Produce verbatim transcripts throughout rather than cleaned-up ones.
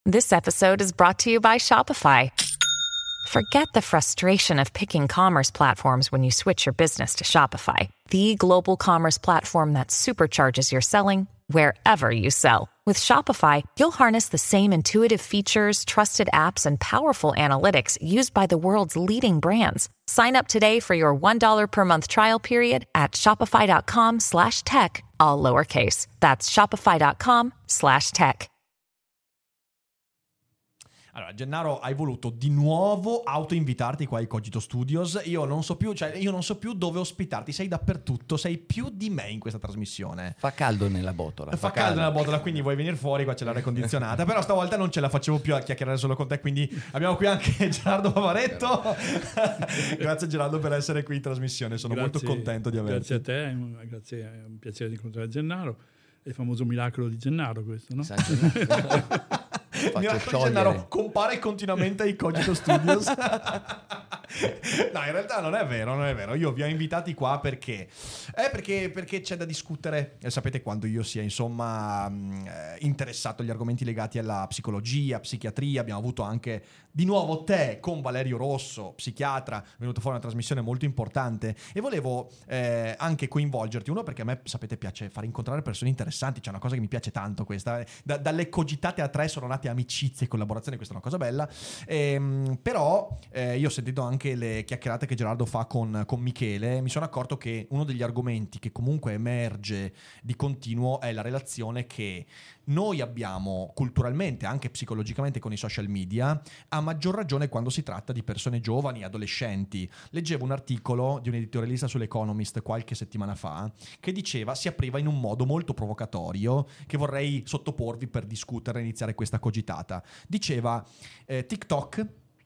This episode is brought to you by Shopify. Forget the frustration of picking commerce platforms when you switch your business to Shopify, the global commerce platform that supercharges your selling wherever you sell. With Shopify, you'll harness the same intuitive features, trusted apps, and powerful analytics used by the world's leading brands. Sign up today for your one dollar per month trial period at shopify.com slash tech, all lowercase. That's shopify.com slash tech. Allora, Gennaro, hai voluto di nuovo autoinvitarti qua ai Cogito Studios. Io non so più, cioè io non so più dove ospitarti. Sei dappertutto, sei più di me in questa trasmissione. Fa caldo nella botola. Fa, fa caldo, caldo nella botola, quindi vuoi venire fuori, qua c'è l'aria condizionata. Però stavolta non ce la facevo più a chiacchierare solo con te, quindi abbiamo qui anche Gerardo Pavaretto. Grazie Gerardo per essere qui in trasmissione, sono grazie, molto contento di averti. Grazie a te, grazie, è un piacere di incontrare Gennaro. È il famoso miracolo di Gennaro questo, no? Miracolo di Gennaro compare continuamente ai Cogito Studios. No, in realtà non è vero, non è vero. Io vi ho invitati qua perché eh, perché, perché c'è da discutere. E sapete quanto io sia insomma interessato agli argomenti legati alla psicologia, psichiatria. Abbiamo avuto anche di nuovo te con Valerio Rosso, psichiatra, è venuto fuori una trasmissione molto importante e volevo eh, anche coinvolgerti. Uno, perché a me, sapete, piace far incontrare persone interessanti, c'è una cosa che mi piace tanto questa. Da, dalle cogitate a tre sono nate amicizie e collaborazioni, questa è una cosa bella. Ehm, però eh, io ho sentito anche le chiacchierate che Gerardo fa con, con Michele, mi sono accorto che uno degli argomenti che comunque emerge di continuo è la relazione che noi abbiamo culturalmente, anche psicologicamente con i social media, a maggior ragione quando si tratta di persone giovani, adolescenti. Leggevo un articolo di un editorialista sull'Economist qualche settimana fa che diceva, si apriva in un modo molto provocatorio che vorrei sottoporvi per discutere e iniziare questa cogitata. Diceva eh, TikTok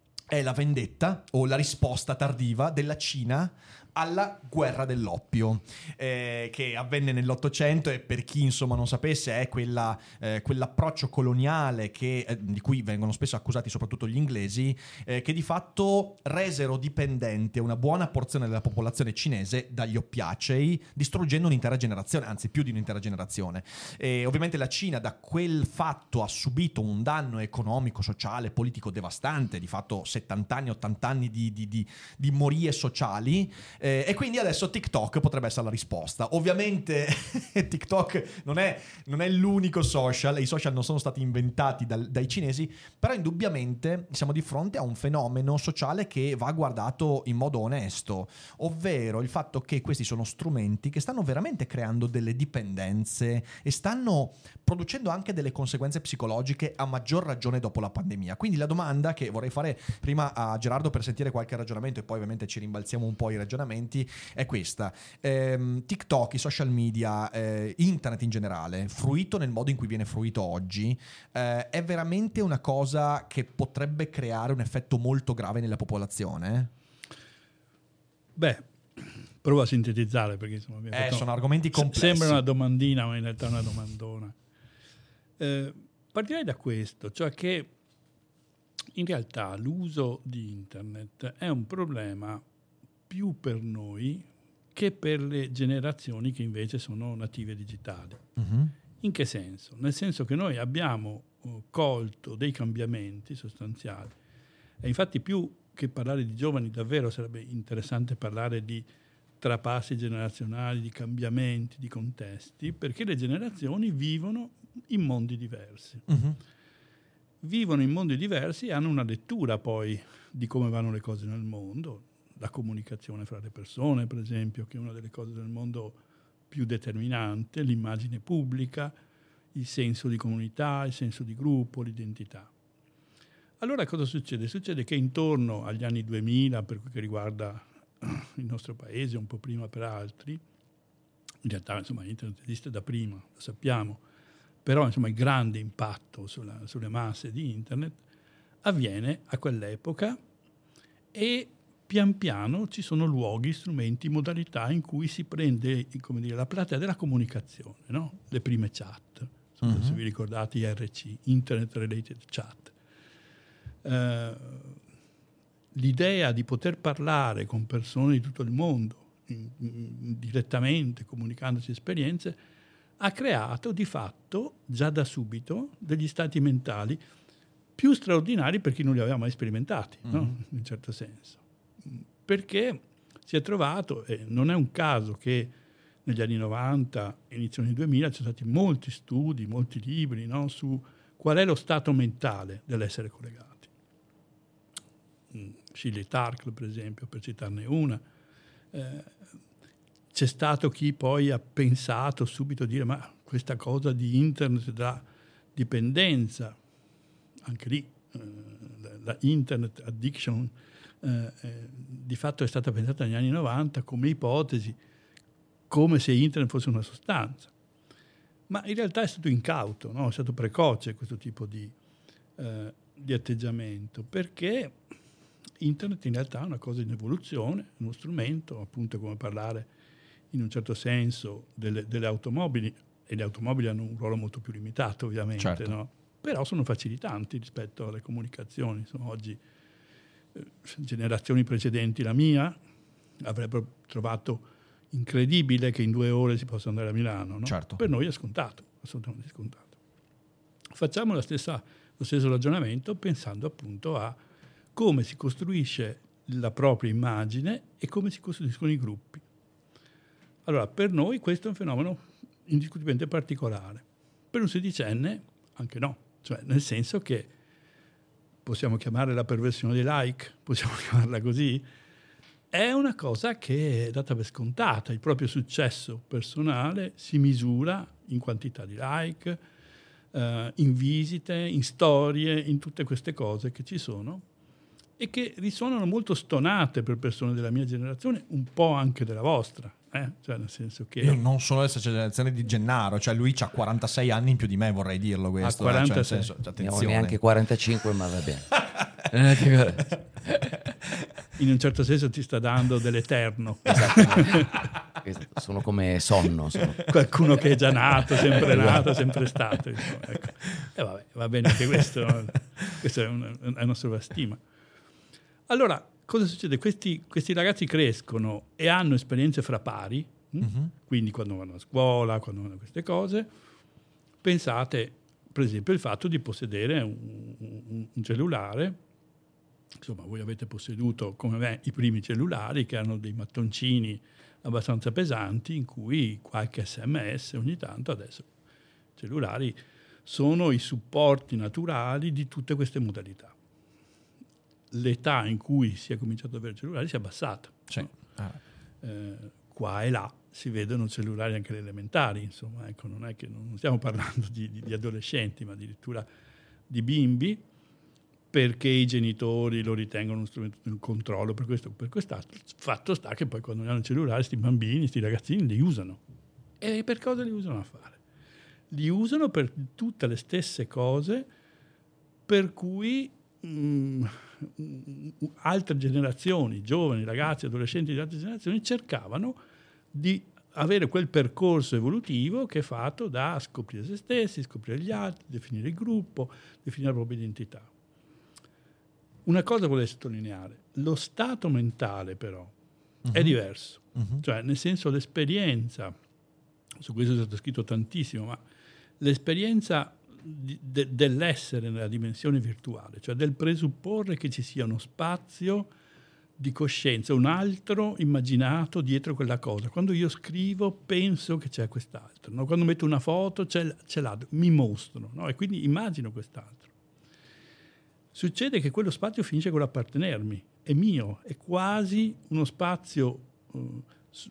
è la vendetta o la risposta tardiva della Cina alla guerra dell'oppio eh, che avvenne nell'Ottocento, e per chi insomma non sapesse è quella, eh, quell'approccio coloniale che, eh, di cui vengono spesso accusati soprattutto gli inglesi, eh, che di fatto resero dipendente una buona porzione della popolazione cinese dagli oppiacei, distruggendo un'intera generazione, anzi più di un'intera generazione. E ovviamente la Cina da quel fatto ha subito un danno economico, sociale, politico devastante, di fatto settanta anni, ottanta anni di, di, di, di morie sociali. Eh, e quindi adesso TikTok potrebbe essere la risposta. Ovviamente TikTok non è, non è l'unico social, e i social non sono stati inventati dal, dai cinesi, però indubbiamente siamo di fronte a un fenomeno sociale che va guardato in modo onesto, ovvero il fatto che questi sono strumenti che stanno veramente creando delle dipendenze e stanno producendo anche delle conseguenze psicologiche, a maggior ragione dopo la pandemia. Quindi la domanda che vorrei fare prima a Gerardo per sentire qualche ragionamento, e poi ovviamente ci rimbalziamo un po' i ragionamenti, è questa. ehm, TikTok, i social media, eh, internet in generale, fruito nel modo in cui viene fruito oggi, eh, è veramente una cosa che potrebbe creare un effetto molto grave nella popolazione? Beh, provo a sintetizzare, perché insomma abbiamo eh, fatto... sono argomenti complessi. Sembra una domandina, ma in realtà è una domandona. Eh, partirei da questo, cioè che in realtà l'uso di internet è un problema più per noi che per le generazioni che invece sono native digitali. Uh-huh. In che senso? Nel senso che noi abbiamo uh, colto dei cambiamenti sostanziali, e infatti più che parlare di giovani davvero sarebbe interessante parlare di trapassi generazionali, di cambiamenti, di contesti, perché le generazioni vivono in mondi diversi. Uh-huh. Vivono in mondi diversi e hanno una lettura poi di come vanno le cose nel mondo, la comunicazione fra le persone, per esempio, che è una delle cose del mondo più determinante, l'immagine pubblica, il senso di comunità, il senso di gruppo, l'identità. Allora cosa succede? Succede che intorno agli anni duemila, per quel che riguarda il nostro paese, un po' prima per altri, in realtà insomma internet esiste da prima, lo sappiamo, però insomma il grande impatto sulla, sulle masse di internet avviene a quell'epoca, e pian piano ci sono luoghi, strumenti, modalità in cui si prende, come dire, la platea della comunicazione, no? Le prime chat, uh-huh. Se vi ricordate I R C, Internet Related Chat. Uh, l'idea di poter parlare con persone di tutto il mondo, in, in, direttamente, comunicandosi esperienze, ha creato di fatto, già da subito, degli stati mentali più straordinari per chi non li aveva mai sperimentati, mm-hmm. no? In un certo senso. Perché si è trovato, e non è un caso che negli anni novanta, inizio anni duemila, ci sono stati molti studi, molti libri, no? Su qual è lo stato mentale dell'essere collegati. Shirley Tarkle, per esempio, per citarne una. Eh, c'è stato chi poi ha pensato subito a dire ma questa cosa di internet da dipendenza, anche lì eh, la internet addiction eh, eh, di fatto è stata pensata negli anni novanta come ipotesi, come se internet fosse una sostanza, ma in realtà è stato incauto, no? È stato precoce questo tipo di, eh, di atteggiamento, perché internet in realtà è una cosa in evoluzione, uno strumento, appunto come parlare in un certo senso delle, delle automobili, e le automobili hanno un ruolo molto più limitato ovviamente, certo. no? Però sono facilitanti rispetto alle comunicazioni. Insomma, oggi eh, generazioni precedenti, la mia, avrebbero trovato incredibile che in due ore si possa andare a Milano, no? Certo. Per noi è scontato, assolutamente scontato. Facciamo la stessa, lo stesso ragionamento pensando appunto a come si costruisce la propria immagine e come si costruiscono i gruppi. Allora, per noi questo è un fenomeno indiscutibilmente particolare. Per un sedicenne anche no, cioè nel senso che possiamo chiamare la perversione dei like, possiamo chiamarla così, è una cosa che è data per scontata. Il proprio successo personale si misura in quantità di like, eh, in visite, in storie, in tutte queste cose che ci sono e che risuonano molto stonate per persone della mia generazione, un po' anche della vostra. Eh? Cioè nel senso che io non sono della generazione di Gennaro, cioè lui ha quarantasei anni in più di me, vorrei dirlo questo. Ha quarantasei. Eh? Cioè, nel senso, cioè, attenzione. Non ho neanche quarantacinque, ma va bene. In un certo senso ti sta dando dell'eterno. Esatto. Sono come sonno. Sono. Qualcuno che è già nato, sempre nato, sempre stato. Insomma, ecco. E vabbè, va bene anche questo. Questa è una, è una sovrastima. Allora, cosa succede? Questi, questi ragazzi crescono e hanno esperienze fra pari, mm-hmm. quindi quando vanno a scuola, quando vanno a queste cose, pensate, per esempio, il fatto di possedere un, un, un cellulare. Insomma, voi avete posseduto, come me, i primi cellulari che erano dei mattoncini abbastanza pesanti in cui qualche sms ogni tanto, adesso i cellulari sono i supporti naturali di tutte queste modalità. L'età in cui si è cominciato ad avere cellulari si è abbassata. Sì. No? Ah. Eh, qua e là si vedono cellulari anche elementari, insomma, ecco, non è che non stiamo parlando di, di, di adolescenti, ma addirittura di bimbi, perché i genitori lo ritengono uno strumento di controllo per questo o per quest'altro. Fatto sta che poi quando hanno il cellulare, questi bambini, questi ragazzini li usano. E per cosa li usano a fare? Li usano per tutte le stesse cose per cui mh, altre generazioni, giovani, ragazzi, adolescenti di altre generazioni cercavano di avere quel percorso evolutivo che è fatto da scoprire se stessi, scoprire gli altri, definire il gruppo, definire la propria identità. Una cosa volevo sottolineare, lo stato mentale però uh-huh. è diverso, uh-huh. cioè nel senso l'esperienza, su questo è stato scritto tantissimo, ma l'esperienza di, de, dell'essere nella dimensione virtuale, cioè del presupporre che ci sia uno spazio di coscienza, un altro immaginato dietro quella cosa. Quando io scrivo penso che c'è quest'altro, no? Quando metto una foto c'è, c'è l'altro, mi mostro, no? E quindi immagino quest'altro. Succede che quello spazio finisce con l'appartenermi, è mio, è quasi uno spazio uh,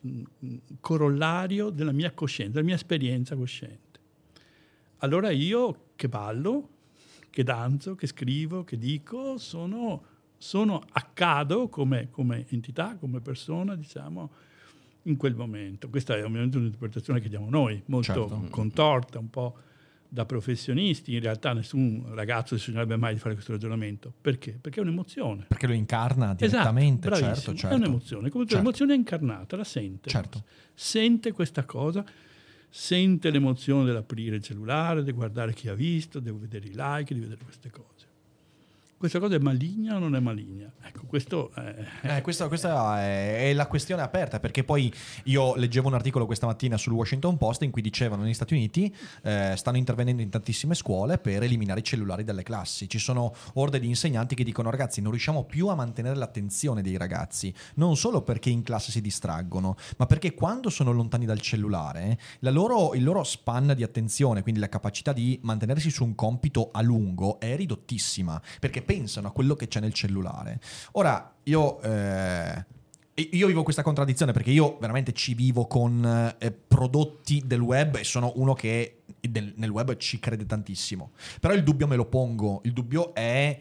corollario della mia coscienza, della mia esperienza cosciente. Allora io che ballo, che danzo, che scrivo, che dico, sono, sono accado come, come entità, come persona, diciamo, in quel momento. Questa è ovviamente un'interpretazione che diamo noi, molto certo. contorta, un po' da professionisti. In realtà nessun ragazzo si sognerebbe mai di fare questo ragionamento. Perché? Perché è un'emozione. Perché lo incarna direttamente. Esatto, certo, certo. È un'emozione. Come certo. l'emozione è incarnata, la sente. Certo. Sente questa cosa, sente l'emozione dell'aprire il cellulare, di guardare chi ha visto, di vedere i like, di vedere queste cose. questa cosa è maligna o non è maligna? Ecco, questo è... Eh, questa, questa è, è la questione aperta, perché poi io leggevo un articolo questa mattina sul Washington Post in cui dicevano negli Stati Uniti eh, stanno intervenendo in tantissime scuole per eliminare i cellulari dalle classi. Ci sono orde di insegnanti che dicono: ragazzi, non riusciamo più a mantenere l'attenzione dei ragazzi, non solo perché in classe si distraggono, ma perché quando sono lontani dal cellulare la loro, il loro span di attenzione, quindi la capacità di mantenersi su un compito a lungo, è ridottissima, perché pensano a quello che c'è nel cellulare. Ora, io eh, io vivo questa contraddizione perché io veramente ci vivo con eh, prodotti del web e sono uno che del, nel web ci crede tantissimo. Però il dubbio me lo pongo, il dubbio è: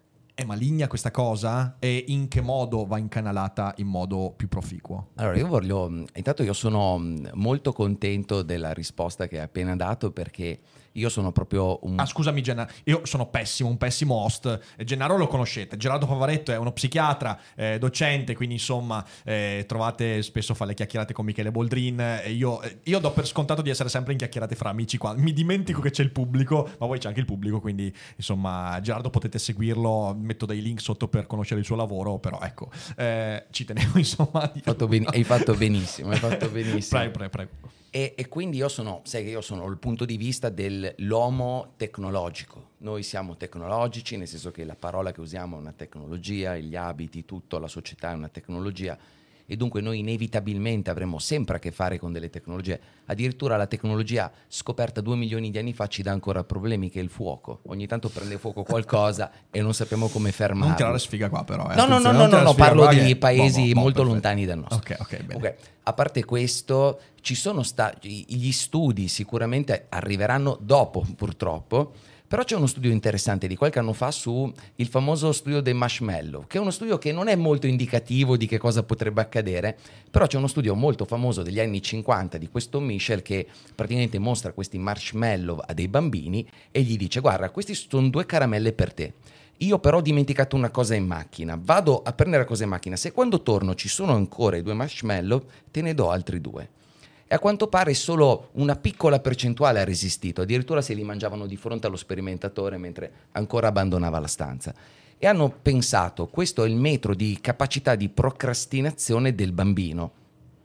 è maligna questa cosa? E in che modo va incanalata in modo più proficuo? Allora, io voglio... Intanto io sono molto contento della risposta che hai appena dato, perché io sono proprio un... Ah, scusami Gennaro, io sono pessimo, un pessimo host. Gennaro lo conoscete, Gerardo Favaretto è uno psichiatra, eh, docente, quindi insomma eh, trovate spesso fa le chiacchierate con Michele Boldrin. E io, io do per scontato di essere sempre in chiacchierate fra amici qua. Mi dimentico che c'è il pubblico, ma poi c'è anche il pubblico, quindi insomma Gerardo potete seguirlo, metto dei link sotto per conoscere il suo lavoro, però ecco, eh, ci tenevo insomma. Hai fatto, ben- hai fatto benissimo, hai fatto benissimo. Prego, prego, prego. E, e quindi io sono, sai che io sono il punto di vista dell'uomo tecnologico. Noi siamo tecnologici, nel senso che la parola che usiamo è una tecnologia, gli abiti, tutto, la società è una tecnologia, e dunque noi inevitabilmente avremo sempre a che fare con delle tecnologie. Addirittura la tecnologia scoperta due milioni di anni fa ci dà ancora problemi, che è il fuoco. Ogni tanto prende fuoco qualcosa e non sappiamo come fermarlo. Non tirare sfiga qua però. Eh. No, no, no, no, no, no, parlo di paesi molto lontani dal nostro. Ok, ok, bene. Okay. A parte questo, ci sono stati gli studi, sicuramente arriveranno dopo purtroppo, però c'è uno studio interessante di qualche anno fa su il famoso studio dei marshmallow, che è uno studio che non è molto indicativo di che cosa potrebbe accadere, però c'è uno studio molto famoso degli anni cinquanta di questo Michel che praticamente mostra questi marshmallow a dei bambini e gli dice: guarda, questi sono due caramelle per te. Io però ho dimenticato una cosa in macchina, vado a prendere la cosa in macchina, se quando torno ci sono ancora i due marshmallow, te ne do altri due. E a quanto pare solo una piccola percentuale ha resistito, addirittura se li mangiavano di fronte allo sperimentatore mentre ancora abbandonava la stanza. E hanno pensato, questo è il metro di capacità di procrastinazione del bambino,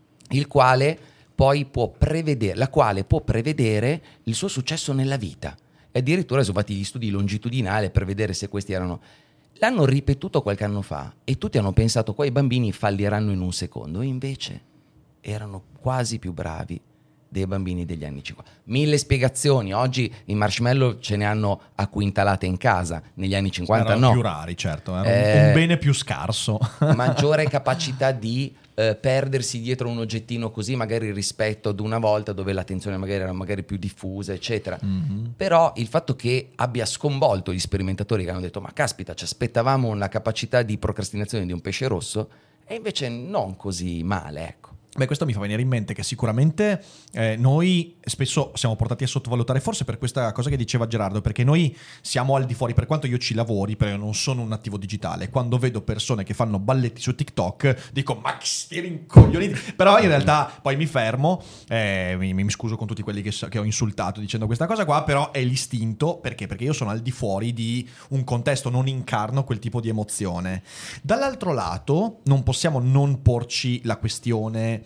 il quale poi può prevedere, la quale può prevedere il suo successo nella vita. E addirittura sono fatti gli studi longitudinali per vedere se questi erano... L'hanno ripetuto qualche anno fa e tutti hanno pensato: quei bambini falliranno in un secondo, e invece erano quasi più bravi dei bambini degli anni cinquanta. Mille spiegazioni, oggi i marshmallow ce ne hanno a quintalate in casa, negli anni cinquanta erano no. più rari, certo, era eh, un bene più scarso. Maggiore capacità di eh, perdersi dietro un oggettino così, magari rispetto ad una volta dove l'attenzione magari era magari più diffusa, eccetera. Mm-hmm. Però il fatto che abbia sconvolto gli sperimentatori, che hanno detto: ma caspita, ci aspettavamo la capacità di procrastinazione di un pesce rosso, e invece non così male, ecco. Beh, questo mi fa venire in mente che sicuramente eh, noi spesso siamo portati a sottovalutare, forse per questa cosa che diceva Gerardo, perché noi siamo al di fuori, per quanto io ci lavori, perché non sono un attivo digitale, quando vedo persone che fanno balletti su TikTok dico: ma che sti rincoglioniti, però in realtà poi mi fermo, eh, mi, mi scuso con tutti quelli che, che ho insultato dicendo questa cosa qua, però è l'istinto, perché? Perché io sono al di fuori di un contesto, non incarno quel tipo di emozione. Dall'altro lato non possiamo non porci la questione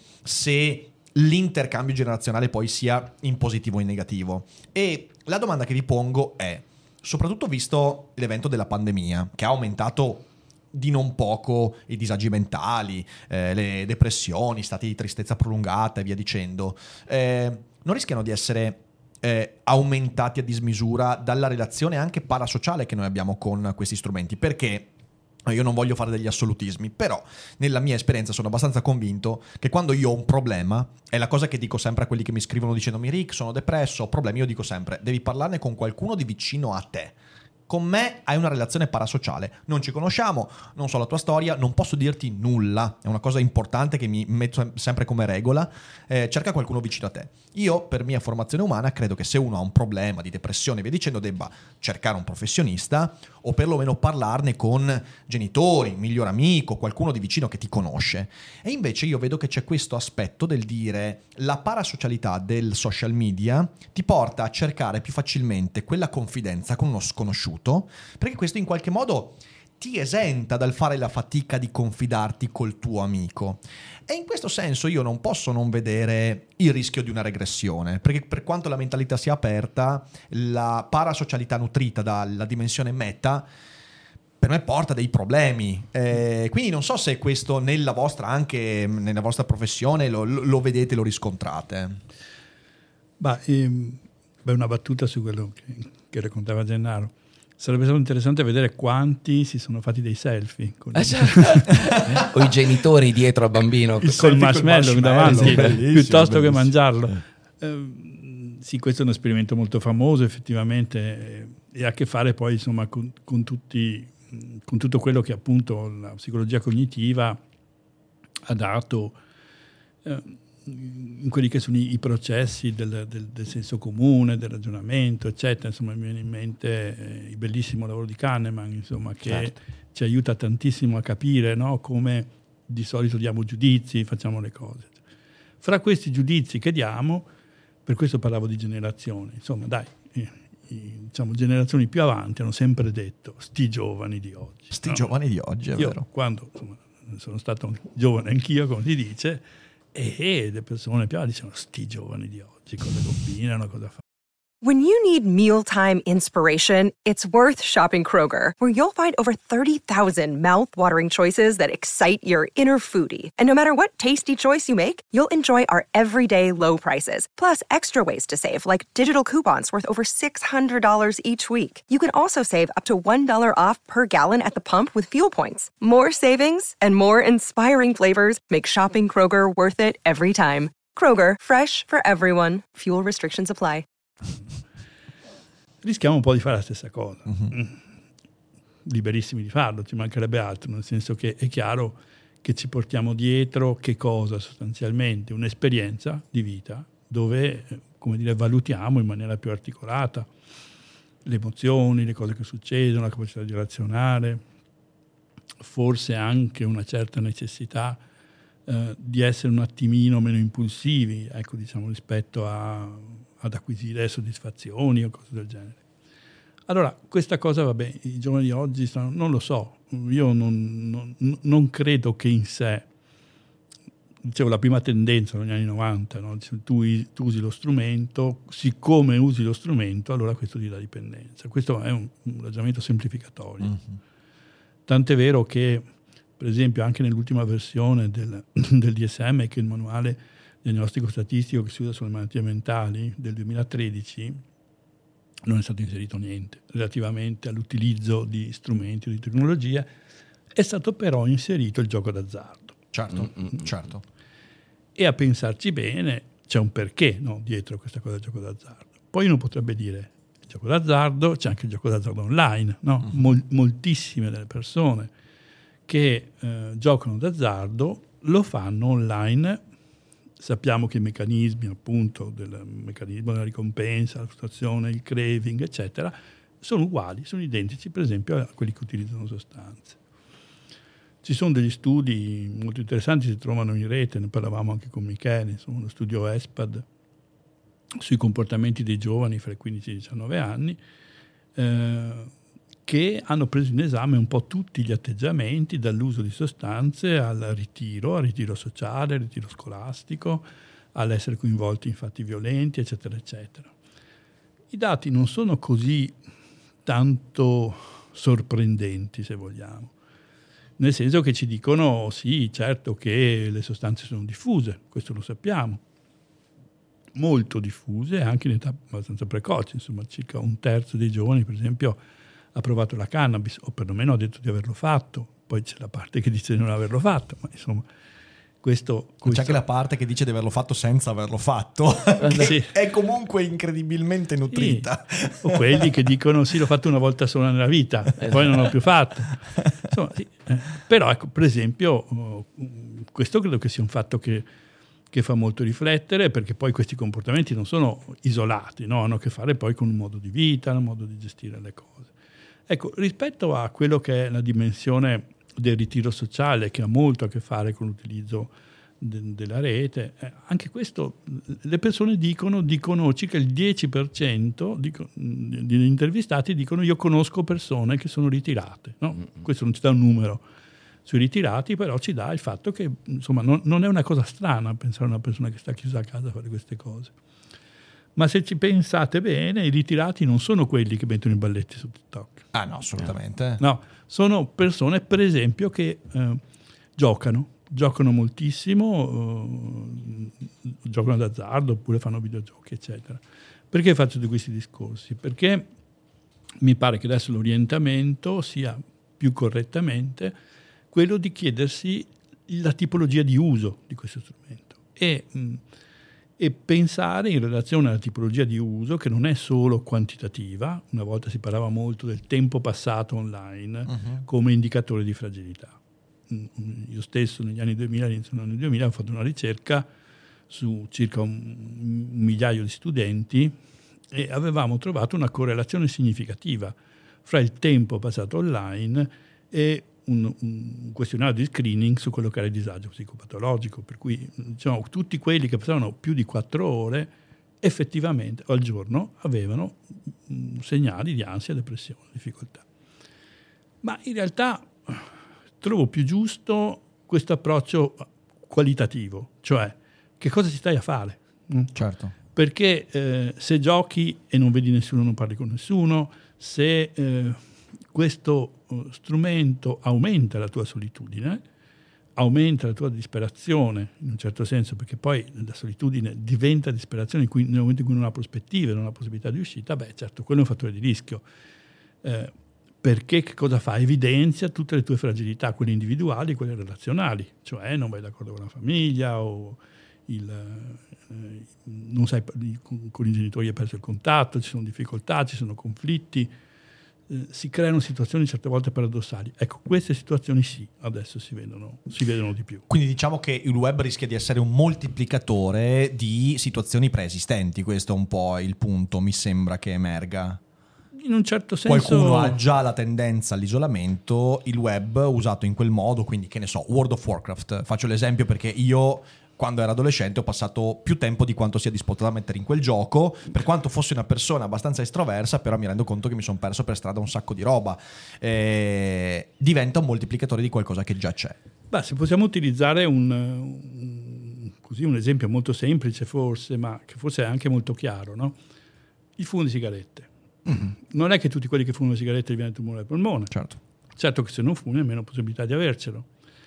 se l'intercambio generazionale poi sia in positivo o in negativo. E la domanda che vi pongo è, soprattutto visto l'evento della pandemia, che ha aumentato di non poco i disagi mentali, eh, le depressioni, stati di tristezza prolungata e via dicendo, eh, non rischiano di essere eh, aumentati a dismisura dalla relazione anche parasociale che noi abbiamo con questi strumenti? Perché io non voglio fare degli assolutismi, però nella mia esperienza sono abbastanza convinto che quando io ho un problema, è la cosa che dico sempre a quelli che mi scrivono dicendomi: Rick, sono depresso, ho problemi, io dico sempre: devi parlarne con qualcuno di vicino a te. Con me hai una relazione parasociale, non ci conosciamo, non so la tua storia, non posso dirti nulla, è una cosa importante che mi metto sempre come regola, eh, cerca qualcuno vicino a te. Io, per mia formazione umana, credo che se uno ha un problema di depressione e via dicendo, debba cercare un professionista o perlomeno parlarne con genitori, miglior amico, qualcuno di vicino che ti conosce. E invece io vedo che c'è questo aspetto del dire: la parasocialità del social media ti porta a cercare più facilmente quella confidenza con uno sconosciuto. contenuto, perché questo in qualche modo ti esenta dal fare la fatica di confidarti col tuo amico. E in questo senso io non posso non vedere il rischio di una regressione, perché per quanto la mentalità sia aperta, la parasocialità nutrita dalla dimensione meta per me porta dei problemi. Eh, quindi non so se questo nella vostra, anche nella vostra professione, lo, lo vedete, lo riscontrate. Bah, ehm, beh, una battuta su quello che, che raccontava Gennaro. Sarebbe stato interessante vedere quanti si sono fatti dei selfie con Ah, certo. O i genitori dietro al bambino il col marshmallow davanti, sì, bellissimo, piuttosto bellissimo. che mangiarlo. Eh, sì, questo è un esperimento molto famoso effettivamente eh, e ha a che fare poi insomma con, con, tutti, con tutto quello che appunto la psicologia cognitiva ha dato eh, in quelli che sono i, i processi del, del, del senso comune, del ragionamento, eccetera. Insomma, mi viene in mente eh, il bellissimo lavoro di Kahneman, insomma, che certo. ci aiuta tantissimo a capire, no, come di solito diamo giudizi, facciamo le cose. Fra questi giudizi che diamo, per questo parlavo di generazioni, insomma, dai, i, i, diciamo, generazioni più avanti hanno sempre detto sti giovani di oggi. Sti no? giovani di oggi, è Io, vero. quando insomma, sono stato giovane anch'io, come si dice, e le persone più avanti dicono sti giovani di oggi cosa combinano, cosa fanno. When you need mealtime inspiration, it's worth shopping Kroger, where you'll find over thirty thousand mouth-watering choices that excite your inner foodie. And no matter what tasty choice you make, you'll enjoy our everyday low prices, plus extra ways to save, like digital coupons worth over six hundred dollars each week. You can also save up to one dollar off per gallon at the pump with fuel points. More savings and more inspiring flavors make shopping Kroger worth it every time. Kroger, fresh for everyone. Fuel restrictions apply. Rischiamo un po' di fare la stessa cosa. Uh-huh. Liberissimi di farlo, ci mancherebbe altro, nel senso che è chiaro che ci portiamo dietro che cosa sostanzialmente? Un'esperienza di vita dove, come dire, valutiamo in maniera più articolata le emozioni, le cose che succedono, la capacità di razionare, forse anche una certa necessità eh, di essere un attimino meno impulsivi, ecco, diciamo, rispetto a ad acquisire soddisfazioni o cose del genere. Allora, questa cosa, vabbè, i giovani di oggi stanno, non lo so, io non, non, non credo che in sé, dicevo, la prima tendenza negli anni novanta, no? tu, tu usi lo strumento, siccome usi lo strumento, allora questo ti dà dipendenza. Questo è un, un ragionamento semplificatorio. Mm-hmm. Tant'è vero che, per esempio, anche nell'ultima versione del, del D S M, che è il manuale diagnostico statistico che si usa sulle malattie mentali del duemilatredici, non è stato inserito niente relativamente all'utilizzo di strumenti o di tecnologie. È stato però inserito il gioco d'azzardo. Certo, mm-hmm. certo. E a pensarci bene c'è un perché, no, dietro questa cosa del gioco d'azzardo. Poi uno potrebbe dire il gioco d'azzardo, c'è anche il gioco d'azzardo online, no? Mm-hmm. Mol- moltissime delle persone che eh, giocano d'azzardo lo fanno online. Sappiamo che i meccanismi, appunto, del meccanismo della ricompensa, la frustrazione, il craving, eccetera, sono uguali, sono identici, per esempio, a quelli che utilizzano sostanze. Ci sono degli studi molto interessanti, si trovano in rete, ne parlavamo anche con Michele, insomma, uno studio ESPAD sui comportamenti dei giovani fra i quindici e i diciannove anni, eh, che hanno preso in esame un po' tutti gli atteggiamenti, dall'uso di sostanze al ritiro, al ritiro sociale, al ritiro scolastico, all'essere coinvolti in fatti violenti, eccetera, eccetera. I dati non sono così tanto sorprendenti, se vogliamo, nel senso che ci dicono, sì, certo che le sostanze sono diffuse, questo lo sappiamo, molto diffuse, anche in età abbastanza precoci, insomma, circa un terzo dei giovani, per esempio, ha provato la cannabis, o perlomeno ha detto di averlo fatto. Poi c'è la parte che dice di non averlo fatto, ma insomma, questo... questo... C'è anche la parte che dice di averlo fatto senza averlo fatto, che sì. è comunque incredibilmente nutrita. Sì. O quelli che dicono sì, l'ho fatto una volta sola nella vita, poi non l'ho più fatto. Insomma, sì. eh, però, ecco, per esempio, questo credo che sia un fatto che, che fa molto riflettere, perché poi questi comportamenti non sono isolati, no? Hanno a che fare poi con un modo di vita, un modo di gestire le cose. Ecco, rispetto a quello che è la dimensione del ritiro sociale, che ha molto a che fare con l'utilizzo de, della rete. Eh, anche questo, le persone dicono, dicono circa il dieci per cento dico, degli intervistati dicono io conosco persone che sono ritirate. No? Mm-hmm. Questo non ci dà un numero sui ritirati, però ci dà il fatto che insomma non, non è una cosa strana pensare a una persona che sta chiusa a casa a fare queste cose. Ma se ci pensate bene, i ritirati non sono quelli che mettono i balletti su TikTok. Ah no, assolutamente. No, sono persone per esempio che eh, giocano, giocano moltissimo, eh, giocano d'azzardo oppure fanno videogiochi, eccetera. Perché faccio di questi discorsi? Perché mi pare che adesso l'orientamento sia più correttamente quello di chiedersi la tipologia di uso di questo strumento e, mh, e pensare in relazione alla tipologia di uso che non è solo quantitativa. Una volta si parlava molto del tempo passato online uh-huh. come indicatore di fragilità. Io stesso negli anni duemila, all'inizio degli anni duemila, ho fatto una ricerca su circa un, un migliaio di studenti e avevamo trovato una correlazione significativa fra il tempo passato online e un, un questionario di screening su quello che era il disagio psicopatologico, per cui diciamo, tutti quelli che passavano più di quattro ore effettivamente al giorno avevano segnali di ansia, depressione, difficoltà. Ma in realtà trovo più giusto questo approccio qualitativo, cioè che cosa ci stai a fare? Certo. Perché eh, se giochi e non vedi nessuno, non parli con nessuno, se eh, questo uh, strumento aumenta la tua solitudine, aumenta la tua disperazione, in un certo senso, perché poi la solitudine diventa disperazione in cui, nel momento in cui non ha prospettive, non ha possibilità di uscita, beh certo, quello è un fattore di rischio. Eh, perché che cosa fa? Evidenzia tutte le tue fragilità, quelle individuali e quelle relazionali, cioè non vai d'accordo con la famiglia o il, eh, non sai, con, con i genitori hai perso il contatto, ci sono difficoltà, ci sono conflitti, eh, si creano situazioni certe volte paradossali. Ecco, queste situazioni sì, adesso si vedono, si vedono di più. Quindi diciamo che il web rischia di essere un moltiplicatore di situazioni preesistenti, questo è un po' il punto, mi sembra che emerga. In un certo senso qualcuno ha già la tendenza all'isolamento, il web usato in quel modo, quindi che ne so, World of Warcraft, faccio l'esempio perché io quando ero adolescente ho passato più tempo di quanto sia disposto a mettere in quel gioco, per quanto fossi una persona abbastanza estroversa, però mi rendo conto che mi sono perso per strada un sacco di roba, eh, diventa un moltiplicatore di qualcosa che già c'è. Beh, se possiamo utilizzare un, un, così, un esempio molto semplice forse, ma che forse è anche molto chiaro, no? Il fumo di sigarette. Mm-hmm. Non è che tutti quelli che fumano sigarette gli viene il tumore al polmone. Certo. Certo che se non fumi hai meno possibilità di avercelo.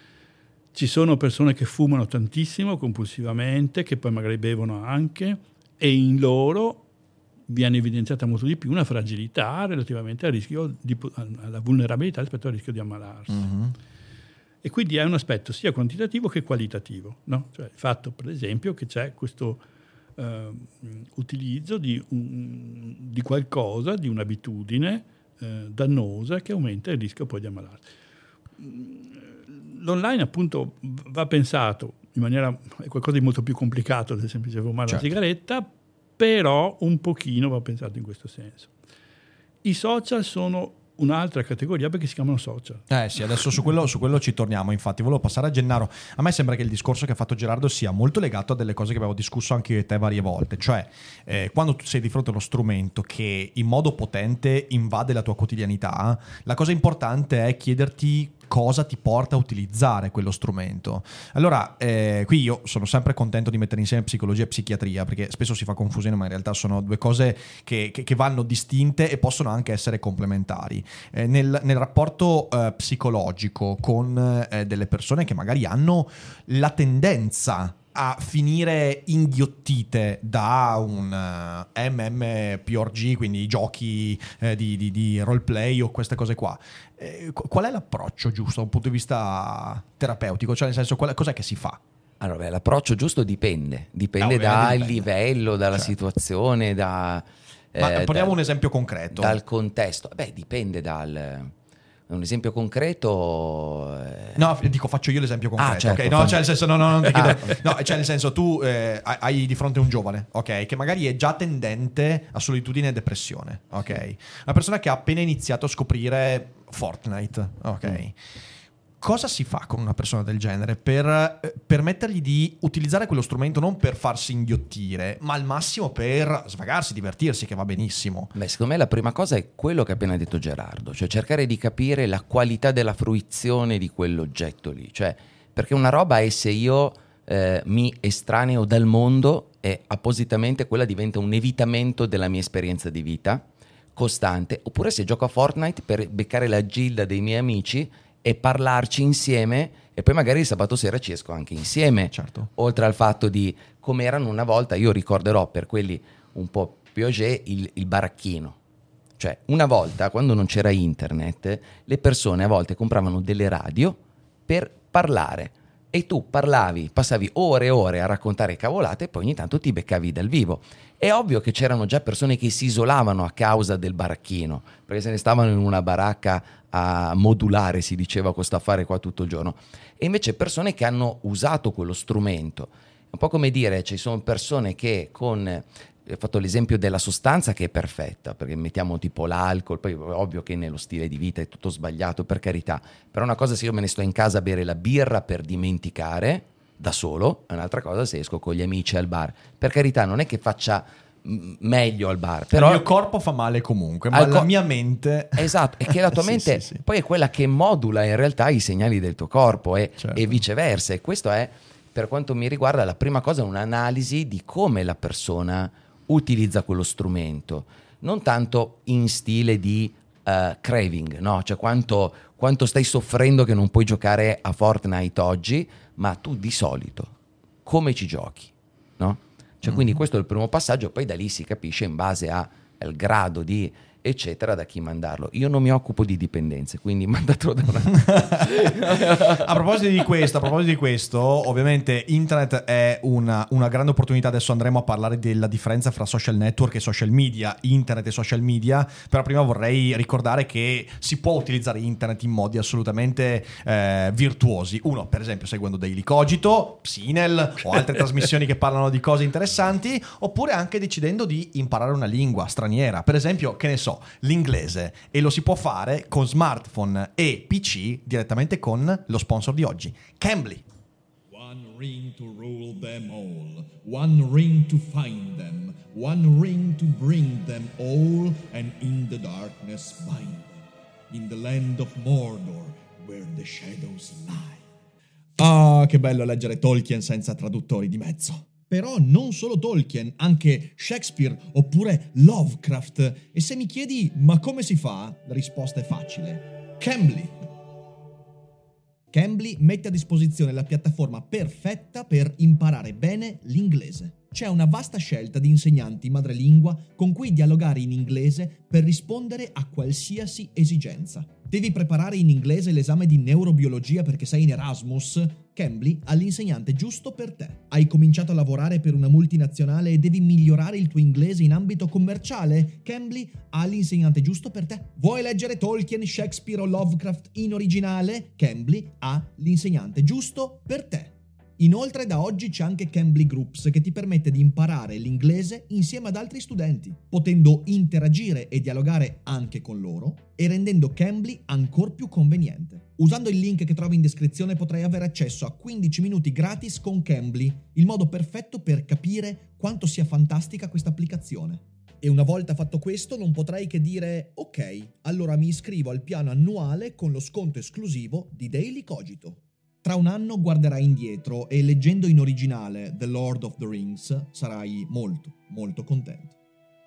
Ci sono persone che fumano tantissimo, compulsivamente, che poi magari bevono anche, e in loro viene evidenziata molto di più una fragilità relativamente al rischio di, alla vulnerabilità rispetto al rischio di ammalarsi. Mm-hmm. E quindi è un aspetto sia quantitativo che qualitativo, no? Cioè il fatto, per esempio, che c'è questo Uh, utilizzo di, un, di qualcosa, di un'abitudine uh, dannosa che aumenta il rischio poi di ammalarsi. L'online appunto va pensato in maniera, è qualcosa di molto più complicato del semplice fumare certo. la sigaretta, però un pochino va pensato in questo senso. I social sono un'altra categoria perché si chiamano social. Eh sì, adesso su quello, su quello ci torniamo. Infatti volevo passare a Gennaro. A me sembra che il discorso che ha fatto Gerardo sia molto legato a delle cose che avevo discusso anche io e te varie volte, cioè eh, quando tu sei di fronte a uno strumento che in modo potente invade la tua quotidianità, la cosa importante è chiederti cosa ti porta a utilizzare quello strumento. Allora, eh, qui io sono sempre contento di mettere insieme psicologia e psichiatria, perché spesso si fa confusione, ma in realtà sono due cose che, che, che vanno distinte e possono anche essere complementari. Eh, nel, nel rapporto eh, psicologico con eh, delle persone che magari hanno la tendenza a finire inghiottite da un uh, MMORPG, quindi i giochi eh, di, di, di roleplay o queste cose qua. Eh, qual è l'approccio giusto da un punto di vista terapeutico? Cioè nel senso, qual è, cos'è che si fa? Allora, beh, l'approccio giusto dipende, dipende no, dal dipende. livello, dalla certo. situazione, da... Ma eh, poniamo da, un esempio concreto. Dal contesto. Beh, dipende dal... Un esempio concreto. Eh... No, dico, faccio io l'esempio concreto. Ah, certo, okay? No, cioè nel senso, no, no, non ti chiedo. Ah. No, cioè nel senso, tu eh, hai di fronte un giovane, ok, che magari è già tendente a solitudine e depressione, ok? Una persona che ha appena iniziato a scoprire Fortnite, ok? Mm. cosa si fa con una persona del genere per eh, permettergli di utilizzare quello strumento non per farsi inghiottire, ma al massimo per svagarsi, divertirsi, che va benissimo? Beh, secondo me la prima cosa è quello che ha appena detto Gerardo, cioè cercare di capire la qualità della fruizione di quell'oggetto lì, cioè perché una roba è se io eh, mi estraneo dal mondo e appositamente quella diventa un evitamento della mia esperienza di vita costante, oppure se gioco a Fortnite per beccare la gilda dei miei amici e parlarci insieme e poi magari il sabato sera ci esco anche insieme. Certo. Oltre al fatto di come erano una volta, io ricorderò per quelli un po' più âgé il, il baracchino. Cioè una volta quando non c'era internet le persone a volte compravano delle radio per parlare e tu parlavi, passavi ore e ore a raccontare cavolate e poi ogni tanto ti beccavi dal vivo. È ovvio che c'erano già persone che si isolavano a causa del baracchino, perché se ne stavano in una baracca a modulare, si diceva, questo affare qua tutto il giorno. E invece persone che hanno usato quello strumento. È un po' come dire, ci sono persone che con... ho fatto l'esempio della sostanza che è perfetta, perché mettiamo tipo l'alcol, poi è ovvio che nello stile di vita è tutto sbagliato, per carità, però una cosa se io me ne sto in casa a bere la birra per dimenticare da solo, è un'altra cosa se esco con gli amici al bar, per carità non è che faccia m- meglio al bar, però il mio corpo fa male comunque, ma Al co- la mia mente... esatto, e che la tua Sì, mente sì, sì. poi è quella che modula in realtà i segnali del tuo corpo e, Certo. e viceversa, e questo è, per quanto mi riguarda, la prima cosa è un'analisi di come la persona utilizza quello strumento, non tanto in stile di uh, craving, no? Cioè quanto, quanto stai soffrendo che non puoi giocare a Fortnite oggi, ma tu di solito come ci giochi, no? Cioè Mm. quindi questo è il primo passaggio, poi da lì si capisce in base a, al grado di eccetera da chi mandarlo. Io non mi occupo di dipendenze, quindi mandatelo da una... A proposito di questo, a proposito di questo, ovviamente internet è una, una grande opportunità. Adesso andremo a parlare della differenza fra social network e social media, internet e social media, però prima vorrei ricordare che si può utilizzare internet in modi assolutamente eh, virtuosi. Uno, per esempio, seguendo Daily Cogito, Psinel o altre trasmissioni che parlano di cose interessanti, oppure anche decidendo di imparare una lingua straniera, per esempio, che ne so, l'inglese, e lo si può fare con smartphone e P C direttamente con lo sponsor di oggi, Cambly. One ring to rule them all, one ring to find them, one ring to bring them all, and in the darkness bind them, in the land of Mordor, where the shadows lie. Ah, che bello leggere Tolkien senza traduttori di mezzo. Però non solo Tolkien, anche Shakespeare oppure Lovecraft. E se mi chiedi ma come si fa? La risposta è facile. Cambly. Cambly mette a disposizione la piattaforma perfetta per imparare bene l'inglese. C'è una vasta scelta di insegnanti madrelingua con cui dialogare in inglese per rispondere a qualsiasi esigenza. Devi preparare in inglese l'esame di neurobiologia perché sei in Erasmus? Cambly ha l'insegnante giusto per te. Hai cominciato a lavorare per una multinazionale e devi migliorare il tuo inglese in ambito commerciale? Cambly ha l'insegnante giusto per te. Vuoi leggere Tolkien, Shakespeare o Lovecraft in originale? Cambly ha l'insegnante giusto per te. Inoltre da oggi c'è anche Cambly Groups che ti permette di imparare l'inglese insieme ad altri studenti, potendo interagire e dialogare anche con loro e rendendo Cambly ancora più conveniente. Usando il link che trovi in descrizione potrai avere accesso a quindici minuti gratis con Cambly, il modo perfetto per capire quanto sia fantastica questa applicazione. E una volta fatto questo non potrai che dire ok, allora mi iscrivo al piano annuale con lo sconto esclusivo di Daily Cogito. Tra un anno guarderai indietro e leggendo in originale The Lord of the Rings sarai molto, molto contento.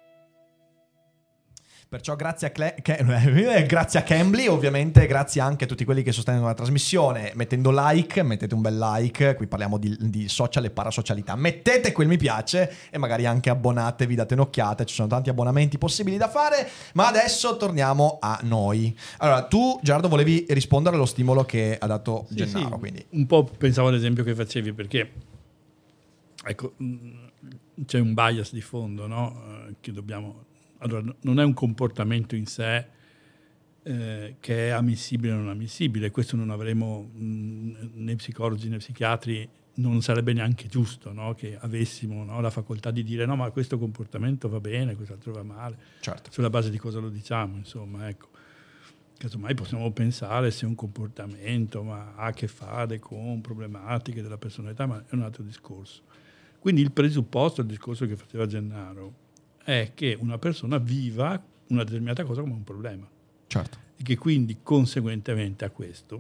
Perciò grazie a, Cle- che- eh, grazie a Cambly, ovviamente grazie anche a tutti quelli che sostengono la trasmissione, mettendo like, mettete un bel like, qui parliamo di, di social e parasocialità, mettete quel mi piace e magari anche abbonatevi, date un'occhiata, ci sono tanti abbonamenti possibili da fare, ma adesso torniamo a noi. Allora, tu Gerardo volevi rispondere allo stimolo che ha dato Sì, Gennaro, sì. quindi... Un po' pensavo all'esempio che facevi, perché ecco, mh, c'è un bias di fondo, no? Eh, che dobbiamo... Allora, non è un comportamento in sé eh, che è ammissibile o non ammissibile, questo non avremo mh, né psicologi né psichiatri, non sarebbe neanche giusto, no? Che avessimo, no? La facoltà di dire no, ma questo comportamento va bene, quest'altro va male, Certo. sulla base di cosa lo diciamo, insomma, ecco. casomai possiamo pensare se un comportamento ma ha a che fare con problematiche della personalità, ma è un altro discorso. Quindi il presupposto, il discorso che faceva Gennaro, è che una persona viva una determinata cosa come un problema. Certo. E che quindi conseguentemente a questo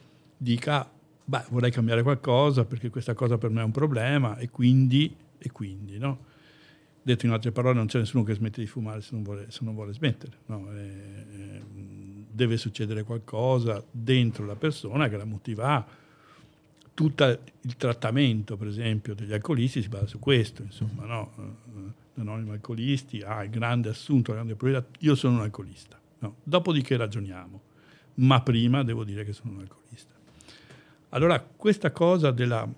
dica, beh, vorrei cambiare qualcosa perché questa cosa per me è un problema e quindi, e quindi no? Detto in altre parole, non c'è nessuno che smette di fumare se non vuole, se non vuole smettere. No? E, e, deve succedere qualcosa dentro la persona che la motiva. Tutto il trattamento, per esempio, degli alcolisti si basa su questo. Insomma, no? L'Anonimo Alcolisti ha il grande assunto, la grande priorità, io sono un alcolista. No? Dopodiché ragioniamo, ma prima devo dire che sono un alcolista. Allora, questa cosa della,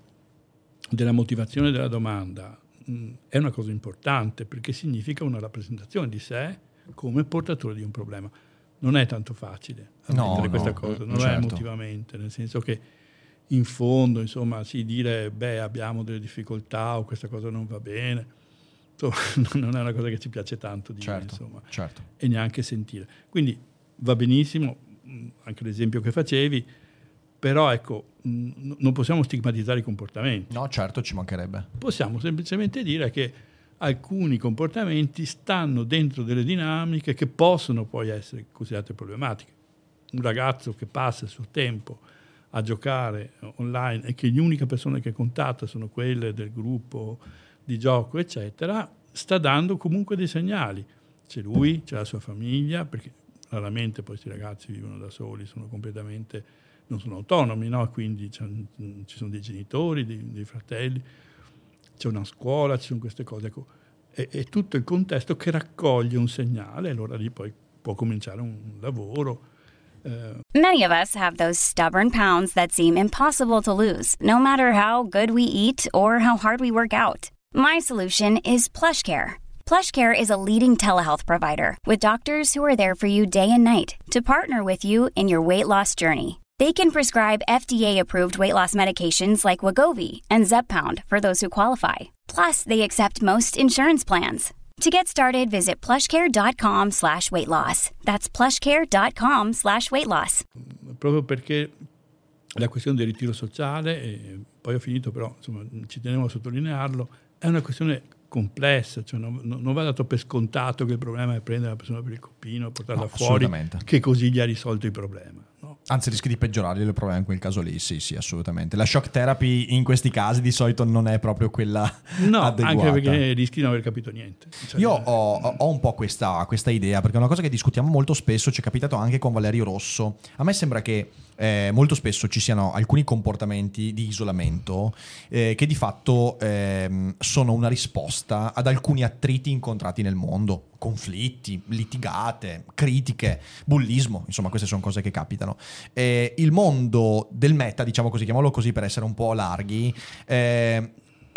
della motivazione della domanda mh, è una cosa importante perché significa una rappresentazione di sé come portatore di un problema. Non è tanto facile ammettere no, questa no, cosa, non certo. è emotivamente, nel senso che in fondo, insomma, sì, dire beh, abbiamo delle difficoltà o questa cosa non va bene, insomma, non è una cosa che ci piace tanto dire, certo, insomma, certo. e neanche sentire. Quindi va benissimo, anche l'esempio che facevi, però ecco, mh, non possiamo stigmatizzare i comportamenti. No, certo, ci mancherebbe. Possiamo semplicemente dire che alcuni comportamenti stanno dentro delle dinamiche che possono poi essere considerate problematiche. Un ragazzo che passa il suo tempo a giocare online e che le uniche persone che contatta sono quelle del gruppo di gioco, eccetera, sta dando comunque dei segnali. C'è lui, c'è la sua famiglia, perché raramente poi questi ragazzi vivono da soli, sono completamente, non sono autonomi, no? Quindi ci sono dei genitori, dei, dei fratelli, c'è una scuola, ci sono queste cose. Ecco. È, è tutto il contesto che raccoglie un segnale e allora lì poi può cominciare un lavoro. Uh, Many of us have those stubborn pounds that seem impossible to lose, no matter how good we eat or how hard we work out. My solution is PlushCare. PlushCare is a leading telehealth provider with doctors who are there for you day and night to partner with you in your weight loss journey. They can prescribe F D A-approved weight loss medications like Wegovy and Zepbound for those who qualify. Plus, they accept most insurance plans. To get started, visit plushcare.com slash weight loss. That's plushcare.com slash weight loss. Proprio perché la questione del ritiro sociale, e poi ho finito però, insomma, ci tenevo a sottolinearlo, è una questione complessa, cioè non, non va dato per scontato che il problema è prendere la persona per il coppino e portarla no, fuori, che così gli ha risolto il problema. No? Anzi, rischi di peggiorare il problema in quel caso lì, sì, sì, assolutamente. La shock therapy in questi casi di solito non è proprio quella no, adeguata. Anche perché rischi di non aver capito niente. Cioè, Io ho, ho un po' questa, questa idea, perché è una cosa che discutiamo molto spesso, ci è capitato anche con Valerio Rosso. A me sembra che eh, molto spesso ci siano alcuni comportamenti di isolamento eh, che di fatto eh, sono una risposta ad alcuni attriti incontrati nel mondo. Conflitti, litigate, critiche, bullismo, insomma queste sono cose che capitano. Eh, il mondo del meta, diciamo così, chiamiamolo così per essere un po' larghi, eh,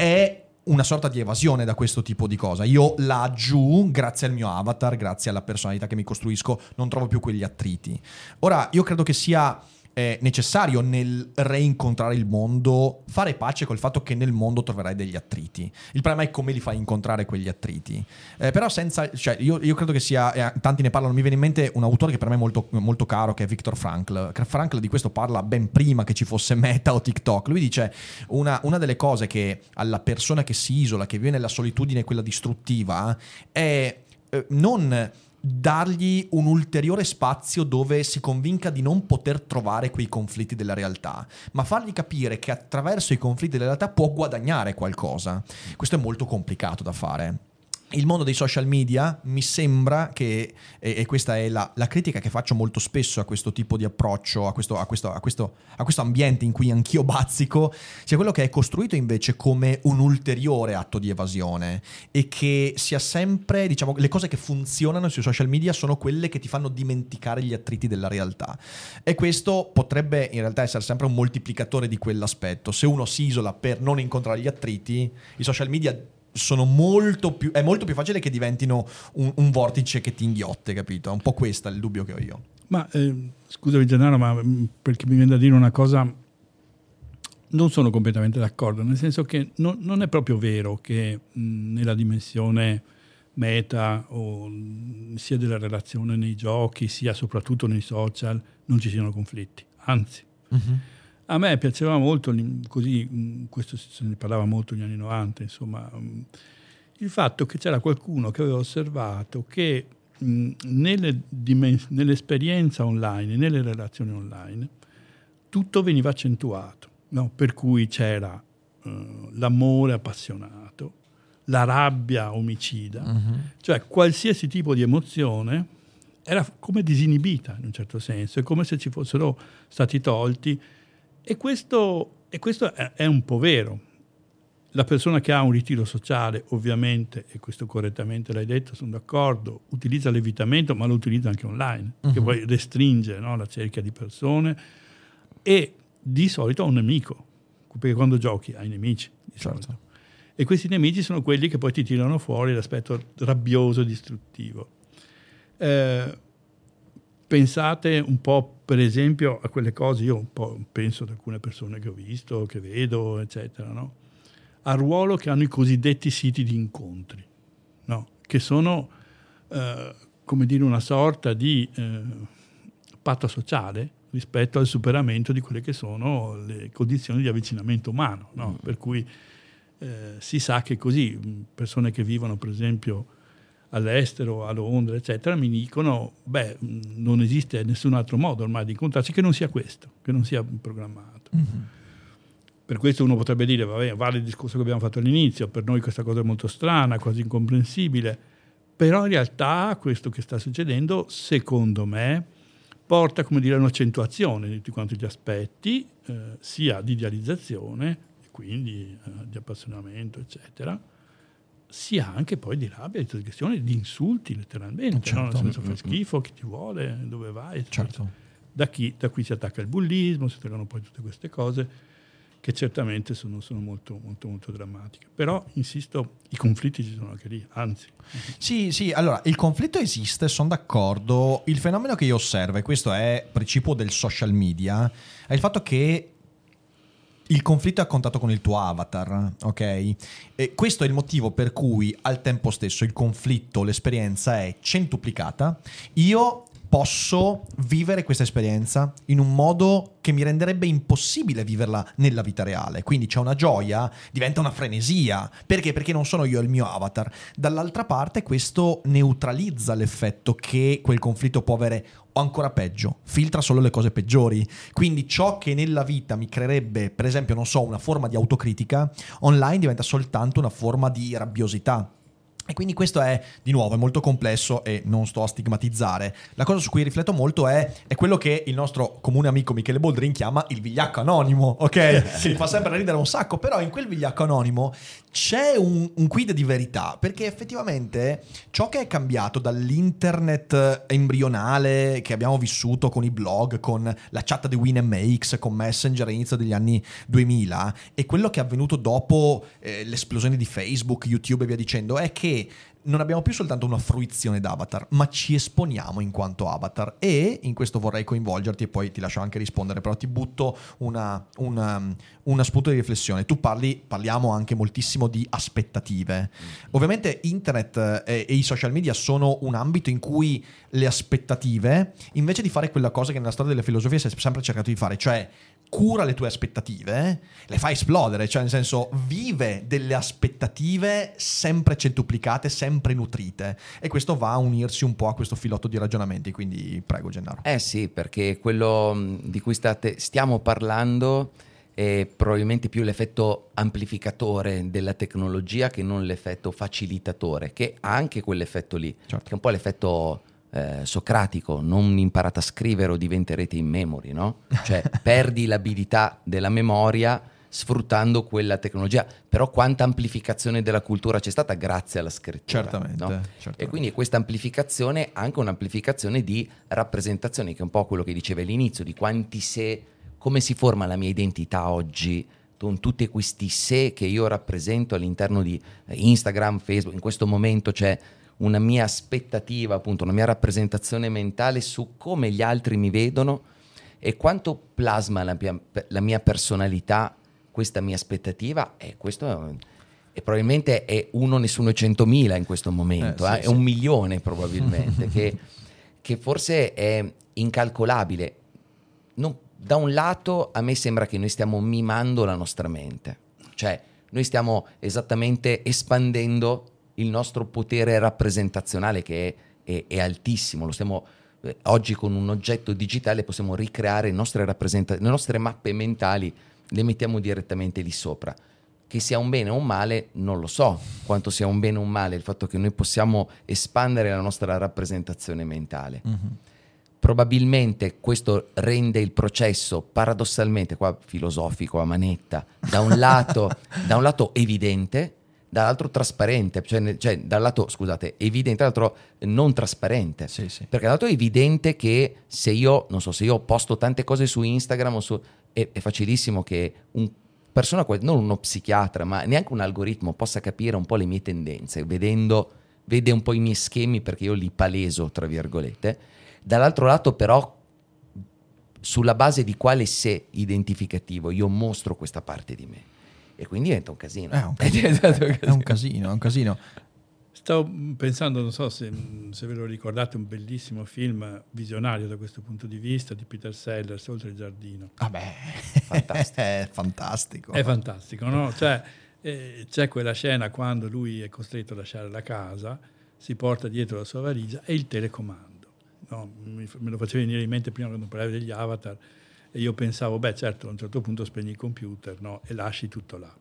è una sorta di evasione da questo tipo di cosa. Io laggiù, grazie al mio avatar, grazie alla personalità che mi costruisco, non trovo più quegli attriti. Ora, io credo che sia è necessario nel reincontrare il mondo fare pace col fatto che nel mondo troverai degli attriti. Il problema è come li fai incontrare quegli attriti. Eh, però senza, cioè io, io credo che sia, eh, tanti ne parlano, mi viene in mente un autore che per me è molto, molto caro, che è Viktor Frankl. Frankl di questo parla ben prima che ci fosse Meta o TikTok. Lui dice una, una delle cose che alla persona che si isola, che vive nella solitudine, quella distruttiva, è eh, non dargli un ulteriore spazio dove si convinca di non poter trovare quei conflitti della realtà, ma fargli capire che attraverso i conflitti della realtà può guadagnare qualcosa. Questo è molto complicato da fare. Il mondo dei social media mi sembra che, e, e questa è la, la critica che faccio molto spesso a questo tipo di approccio, a questo, a, questo, a, questo, a questo ambiente in cui anch'io bazzico, sia quello che è costruito invece come un ulteriore atto di evasione e che sia sempre, diciamo, le cose che funzionano sui social media sono quelle che ti fanno dimenticare gli attriti della realtà. E questo potrebbe in realtà essere sempre un moltiplicatore di quell'aspetto. Se uno si isola per non incontrare gli attriti, i social media sono molto più, è molto più facile che diventino un, un vortice che ti inghiotte, capito? È un po' questo il dubbio che ho io. Ma eh, scusami Gennaro, ma perché mi viene da dire una cosa, non sono completamente d'accordo, nel senso che non, non è proprio vero che mh, nella dimensione meta o sia della relazione nei giochi sia soprattutto nei social non ci siano conflitti, anzi. Uh-huh. A me piaceva molto, così, questo se ne parlava molto negli anni novanta, insomma, il fatto che c'era qualcuno che aveva osservato che mh, nelle dimens- nell'esperienza online, nelle relazioni online, tutto veniva accentuato, no? Per cui c'era uh, l'amore appassionato, la rabbia omicida, uh-huh. Cioè qualsiasi tipo di emozione era come disinibita in un certo senso, è come se ci fossero stati tolti. E questo, e questo è, è un po' vero. La persona che ha un ritiro sociale, ovviamente, e questo correttamente l'hai detto, sono d'accordo, utilizza l'evitamento, ma lo utilizza anche online, uh-huh. Che poi restringe, no, la cerchia di persone, e di solito ha un nemico, perché quando giochi hai nemici, di certo. solito. E questi nemici sono quelli che poi ti tirano fuori l'aspetto rabbioso e distruttivo. Eh, Pensate un po', per esempio, a quelle cose, io un po' penso ad alcune persone che ho visto, che vedo, eccetera, no? Al ruolo che hanno i cosiddetti siti di incontri, no? Che sono, eh, come dire, una sorta di eh, patto sociale rispetto al superamento di quelle che sono le condizioni di avvicinamento umano, no? Mm. Per cui eh, si sa che così persone che vivono, per esempio, all'estero, a Londra, eccetera, mi dicono, beh, non esiste nessun altro modo ormai di incontrarsi che non sia questo, che non sia programmato. Mm-hmm. Per questo uno potrebbe dire, vabbè, vale il discorso che abbiamo fatto all'inizio, per noi questa cosa è molto strana, quasi incomprensibile, però in realtà questo che sta succedendo, secondo me, porta, come dire, a un'accentuazione di tutti quanti gli aspetti, eh, sia di idealizzazione, e quindi eh, di appassionamento, eccetera, sia anche poi di rabbia, di trasgressione, di insulti letteralmente, certo. No? Nel senso, fa schifo, chi ti vuole, dove vai, certo. da, chi, da qui si attacca il bullismo, si attaccano poi tutte queste cose che certamente sono, sono molto, molto, molto drammatiche. Però, insisto, i conflitti ci sono anche lì, anzi. Sì, sì, allora, il conflitto esiste, sono d'accordo. Il fenomeno che io osservo, e questo è principio del social media, è il fatto che il conflitto è a contatto con il tuo avatar, ok? E questo è il motivo per cui al tempo stesso il conflitto, l'esperienza è centuplicata. Io posso vivere questa esperienza in un modo che mi renderebbe impossibile viverla nella vita reale. Quindi c'è una gioia, diventa una frenesia. Perché? Perché non sono io il mio avatar. Dall'altra parte questo neutralizza l'effetto che quel conflitto può avere, o ancora peggio, filtra solo le cose peggiori. Quindi ciò che nella vita mi creerebbe, per esempio, non so, una forma di autocritica, online diventa soltanto una forma di rabbiosità. E quindi questo è, di nuovo, è molto complesso e non sto a stigmatizzare. La cosa su cui rifletto molto è, è quello che il nostro comune amico Michele Boldrin chiama il vigliacco anonimo, ok? Che mi fa sempre ridere un sacco, però in quel vigliacco anonimo c'è un, un quid di verità, perché effettivamente ciò che è cambiato dall'internet embrionale che abbiamo vissuto con i blog, con la chat di WinMX, con Messenger all'inizio degli anni duemila, e quello che è avvenuto dopo eh, l'esplosione di Facebook, YouTube e via dicendo, è che non abbiamo più soltanto una fruizione d'avatar, ma ci esponiamo in quanto avatar. E in questo vorrei coinvolgerti, e poi ti lascio anche rispondere, però ti butto una, una, una spunto di riflessione. Tu parli, parliamo anche moltissimo di aspettative. Ovviamente internet e, e i social media sono un ambito in cui le aspettative, invece di fare quella cosa che nella storia delle filosofie si è sempre cercato di fare, cioè cura le tue aspettative, le fa esplodere, cioè nel senso vive delle aspettative sempre centuplicate, sempre nutrite, e questo va a unirsi un po' a questo filotto di ragionamenti. Quindi prego Gennaro. Eh sì, perché quello di cui state, stiamo parlando è probabilmente più l'effetto amplificatore della tecnologia che non l'effetto facilitatore, che ha anche quell'effetto lì, certo. Che è un po' l'effetto Eh, socratico, non imparate a scrivere o diventerete in memory, no? Cioè perdi l'abilità della memoria sfruttando quella tecnologia, però quanta amplificazione della cultura c'è stata grazie alla scrittura, certamente, no? certamente. E quindi questa amplificazione anche un'amplificazione di rappresentazioni, che è un po' quello che dicevi all'inizio, di quanti sé, come si forma la mia identità oggi con tutti questi sé che io rappresento all'interno di Instagram, Facebook. In questo momento c'è una mia aspettativa, appunto, una mia rappresentazione mentale su come gli altri mi vedono e quanto plasma la mia, la mia personalità, questa mia aspettativa. E questo è, e probabilmente è uno nessuno centomila in questo momento, Eh, eh, sì, è sì. un milione probabilmente, che, che forse è incalcolabile. Non- da un lato a me sembra che noi stiamo mimando la nostra mente, cioè noi stiamo esattamente espandendo il nostro potere rappresentazionale che è, è- è altissimo, lo stiamo eh, oggi con un oggetto digitale possiamo ricreare le nostre rappresenta- le nostre mappe mentali, le mettiamo direttamente lì sopra. Che sia un bene o un male non lo so quanto sia un bene o un male il fatto che noi possiamo espandere la nostra rappresentazione mentale. Probabilmente questo rende il processo paradossalmente, qua filosofico a manetta, da un lato, da un lato evidente, dall'altro trasparente, cioè, ne- cioè dal lato, scusate, evidente, dall'altro non trasparente. Sì, sì. Perché dall'altro è evidente che se io, non so, se io posto tante cose su Instagram o su, è, è facilissimo che un persona, qual- non uno psichiatra, ma neanche un algoritmo possa capire un po' le mie tendenze, vedendo, vede un po' i miei schemi perché io li paleso, tra virgolette. Dall'altro lato però, sulla base di quale sé identificativo io mostro questa parte di me. E quindi diventa un casino. È un casino. diventato un È un casino, è un casino. Stavo pensando, non so se, se ve lo ricordate, un bellissimo film visionario da questo punto di vista di Peter Sellers, Oltre il giardino. Vabbè, Fantastico. è fantastico. È fantastico, no? Cioè, eh, c'è quella scena quando lui è costretto a lasciare la casa, si porta dietro la sua valigia e il telecomando. No? Mi- me lo faceva venire in mente prima quando parlavi degli avatar e io pensavo, beh certo, a un certo punto spegni il computer, no? E lasci tutto là.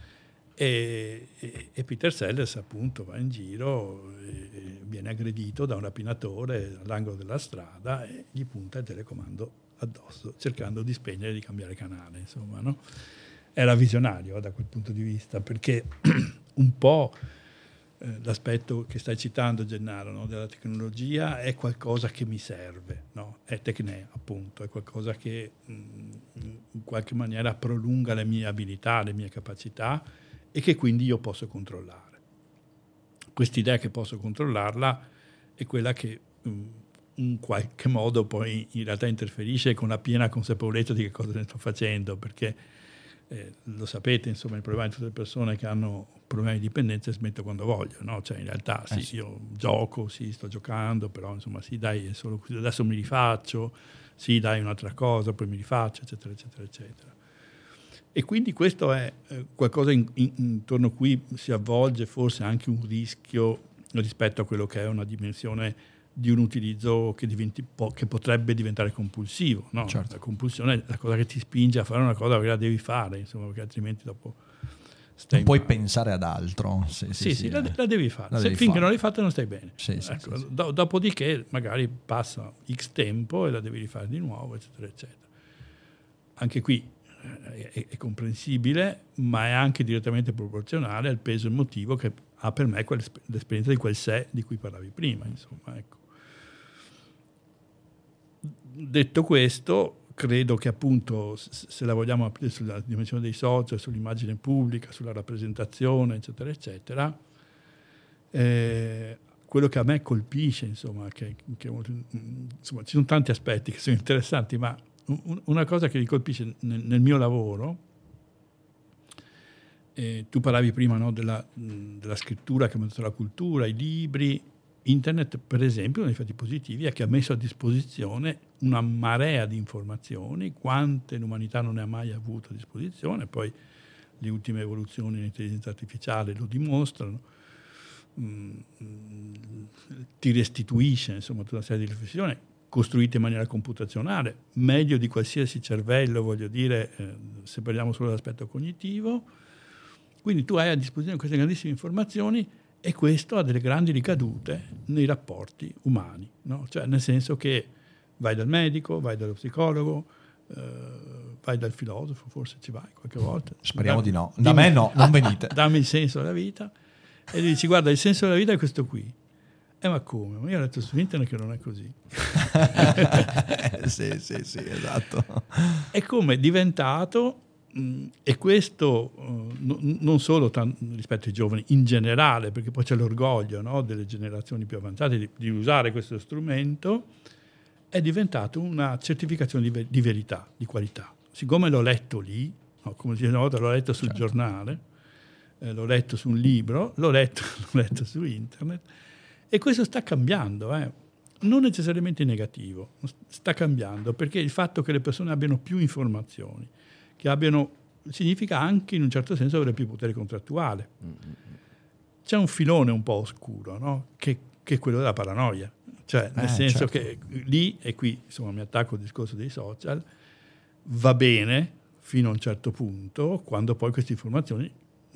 E, e- e Peter Sellers appunto va in giro, e, e viene aggredito da un rapinatore all'angolo della strada e gli punta il telecomando addosso, cercando di spegnere e di cambiare canale, insomma, no? Era visionario da quel punto di vista, perché un po' eh, l'aspetto che stai citando, Gennaro, no? Della tecnologia è qualcosa che mi serve, no? È tecne, appunto, è qualcosa che mh, in qualche maniera prolunga le mie abilità, le mie capacità e che quindi io posso controllare. Quest'idea che posso controllarla è quella che mh, in qualche modo poi in realtà interferisce con la piena consapevolezza di che cosa ne sto facendo, perché eh, lo sapete, insomma, il problema di tutte le persone che hanno problemi di dipendenza è smetto quando voglio, no? Cioè in realtà sì, Eh sì. io gioco, sì, sto giocando, però insomma sì, dai, è solo così, adesso mi rifaccio, sì, dai, un'altra cosa, poi mi rifaccio, eccetera, eccetera, eccetera. E quindi questo è eh, qualcosa in, in, intorno a cui si avvolge forse anche un rischio rispetto a quello che è una dimensione di un utilizzo che, diventi po- che potrebbe diventare compulsivo, no? Certo. La compulsione è la cosa che ti spinge a fare una cosa perché la devi fare, insomma, perché altrimenti dopo stai Non puoi male. pensare ad altro. Sì, sì, Sì, sì, sì, la, eh. la devi fare. La Se, devi finché fare. non l'hai fatta non stai bene. Sì, sì, Ecco, sì, sì. do- dopodiché magari passa X tempo e la devi rifare di nuovo, eccetera, eccetera. Anche qui eh, è, è comprensibile, ma è anche direttamente proporzionale al peso emotivo che ha per me quell'esper- l'esperienza di quel sé di cui parlavi prima, insomma, ecco. Detto questo, credo che appunto s- se la vogliamo aprire sulla dimensione dei social, sull'immagine pubblica, sulla rappresentazione, eccetera, eccetera, eh, quello che a me colpisce, insomma, che, che è molto- insomma, ci sono tanti aspetti che sono interessanti, ma un- una cosa che mi colpisce nel, nel mio lavoro, eh, tu parlavi prima, no, della, mh, della scrittura che ha messo la cultura, i libri. Internet, per esempio, uno dei fatti positivi è che ha messo a disposizione una marea di informazioni, quante l'umanità non ne ha mai avuto a disposizione, poi le ultime evoluzioni dell'intelligenza artificiale lo dimostrano. Mm, mm, ti restituisce, insomma, tutta una serie di riflessioni costruite in maniera computazionale, meglio di qualsiasi cervello, voglio dire, eh, se parliamo solo dell'aspetto cognitivo. Quindi tu hai a disposizione queste grandissime informazioni e questo ha delle grandi ricadute nei rapporti umani, no? Cioè nel senso che vai dal medico, vai dallo psicologo, eh, vai dal filosofo, forse ci vai qualche volta. Speriamo Da- di no. Da dimmi- me no, non venite. Dammi il senso della vita. E gli dici, guarda, il senso della vita è questo qui. Eh, ma come? Ma io ho letto su internet che non è così. sì, sì, sì, esatto. È come è diventato, mh, e questo uh, no- non solo tan- rispetto ai giovani, in generale, perché poi c'è l'orgoglio, no, delle generazioni più avanzate di, di usare questo strumento, è diventato una certificazione di, ve- di verità, di qualità. Siccome l'ho letto lì, no, come si dice una volta, l'ho letto sul Certo. giornale, eh, l'ho letto su un libro, l'ho letto, l'ho letto su internet, e questo sta cambiando, eh. non necessariamente negativo, sta cambiando, perché il fatto che le persone abbiano più informazioni, che abbiano, significa anche in un certo senso avere più potere contrattuale. C'è un filone un po' oscuro, no? che, che è quello della paranoia, cioè nel eh, senso certo. che lì, e qui insomma mi attacco al discorso dei social, va bene fino a un certo punto, quando poi queste informazioni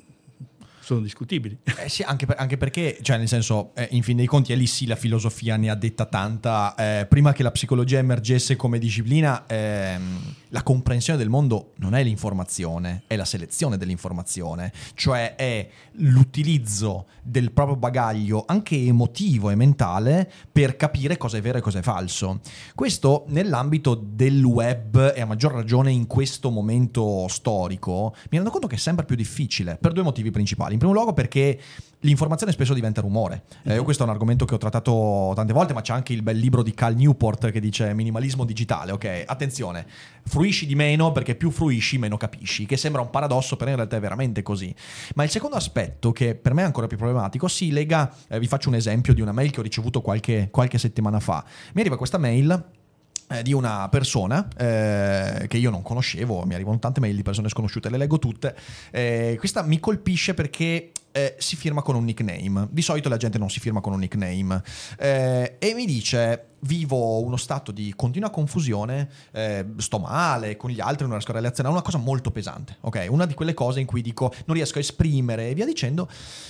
sono discutibili. Eh sì, anche, per- anche perché, cioè nel senso, eh, in fin dei conti, è lì sì la filosofia ne ha detta tanta. Eh, prima che la psicologia emergesse come disciplina, ehm, la comprensione del mondo non è l'informazione, è la selezione dell'informazione, cioè è l'utilizzo del proprio bagaglio, anche emotivo e mentale, per capire cosa è vero e cosa è falso. Questo nell'ambito del web, e a maggior ragione in questo momento storico, mi rendo conto che è sempre più difficile, per due motivi principali. In primo luogo perché l'informazione spesso diventa rumore. Eh, questo è un argomento che ho trattato tante volte, ma c'è anche il bel libro di Cal Newport che dice minimalismo digitale. Ok, attenzione, fruisci di meno perché più fruisci meno capisci, che sembra un paradosso, però in realtà è veramente così. Ma il secondo aspetto, che per me è ancora più problematico, si lega, eh, vi faccio un esempio di una mail che ho ricevuto qualche, qualche settimana fa. Mi arriva questa mail Eh, di una persona eh, che io non conoscevo, mi arrivano tante mail di persone sconosciute, le leggo tutte. Eh, questa mi colpisce perché eh, si firma con un nickname. Di solito la gente non si firma con un nickname, eh, e mi dice: vivo uno stato di continua confusione, eh, sto male con gli altri, non riesco a relazionare, una cosa molto pesante, ok? Una di quelle cose in cui dico non riesco a esprimere e via dicendo.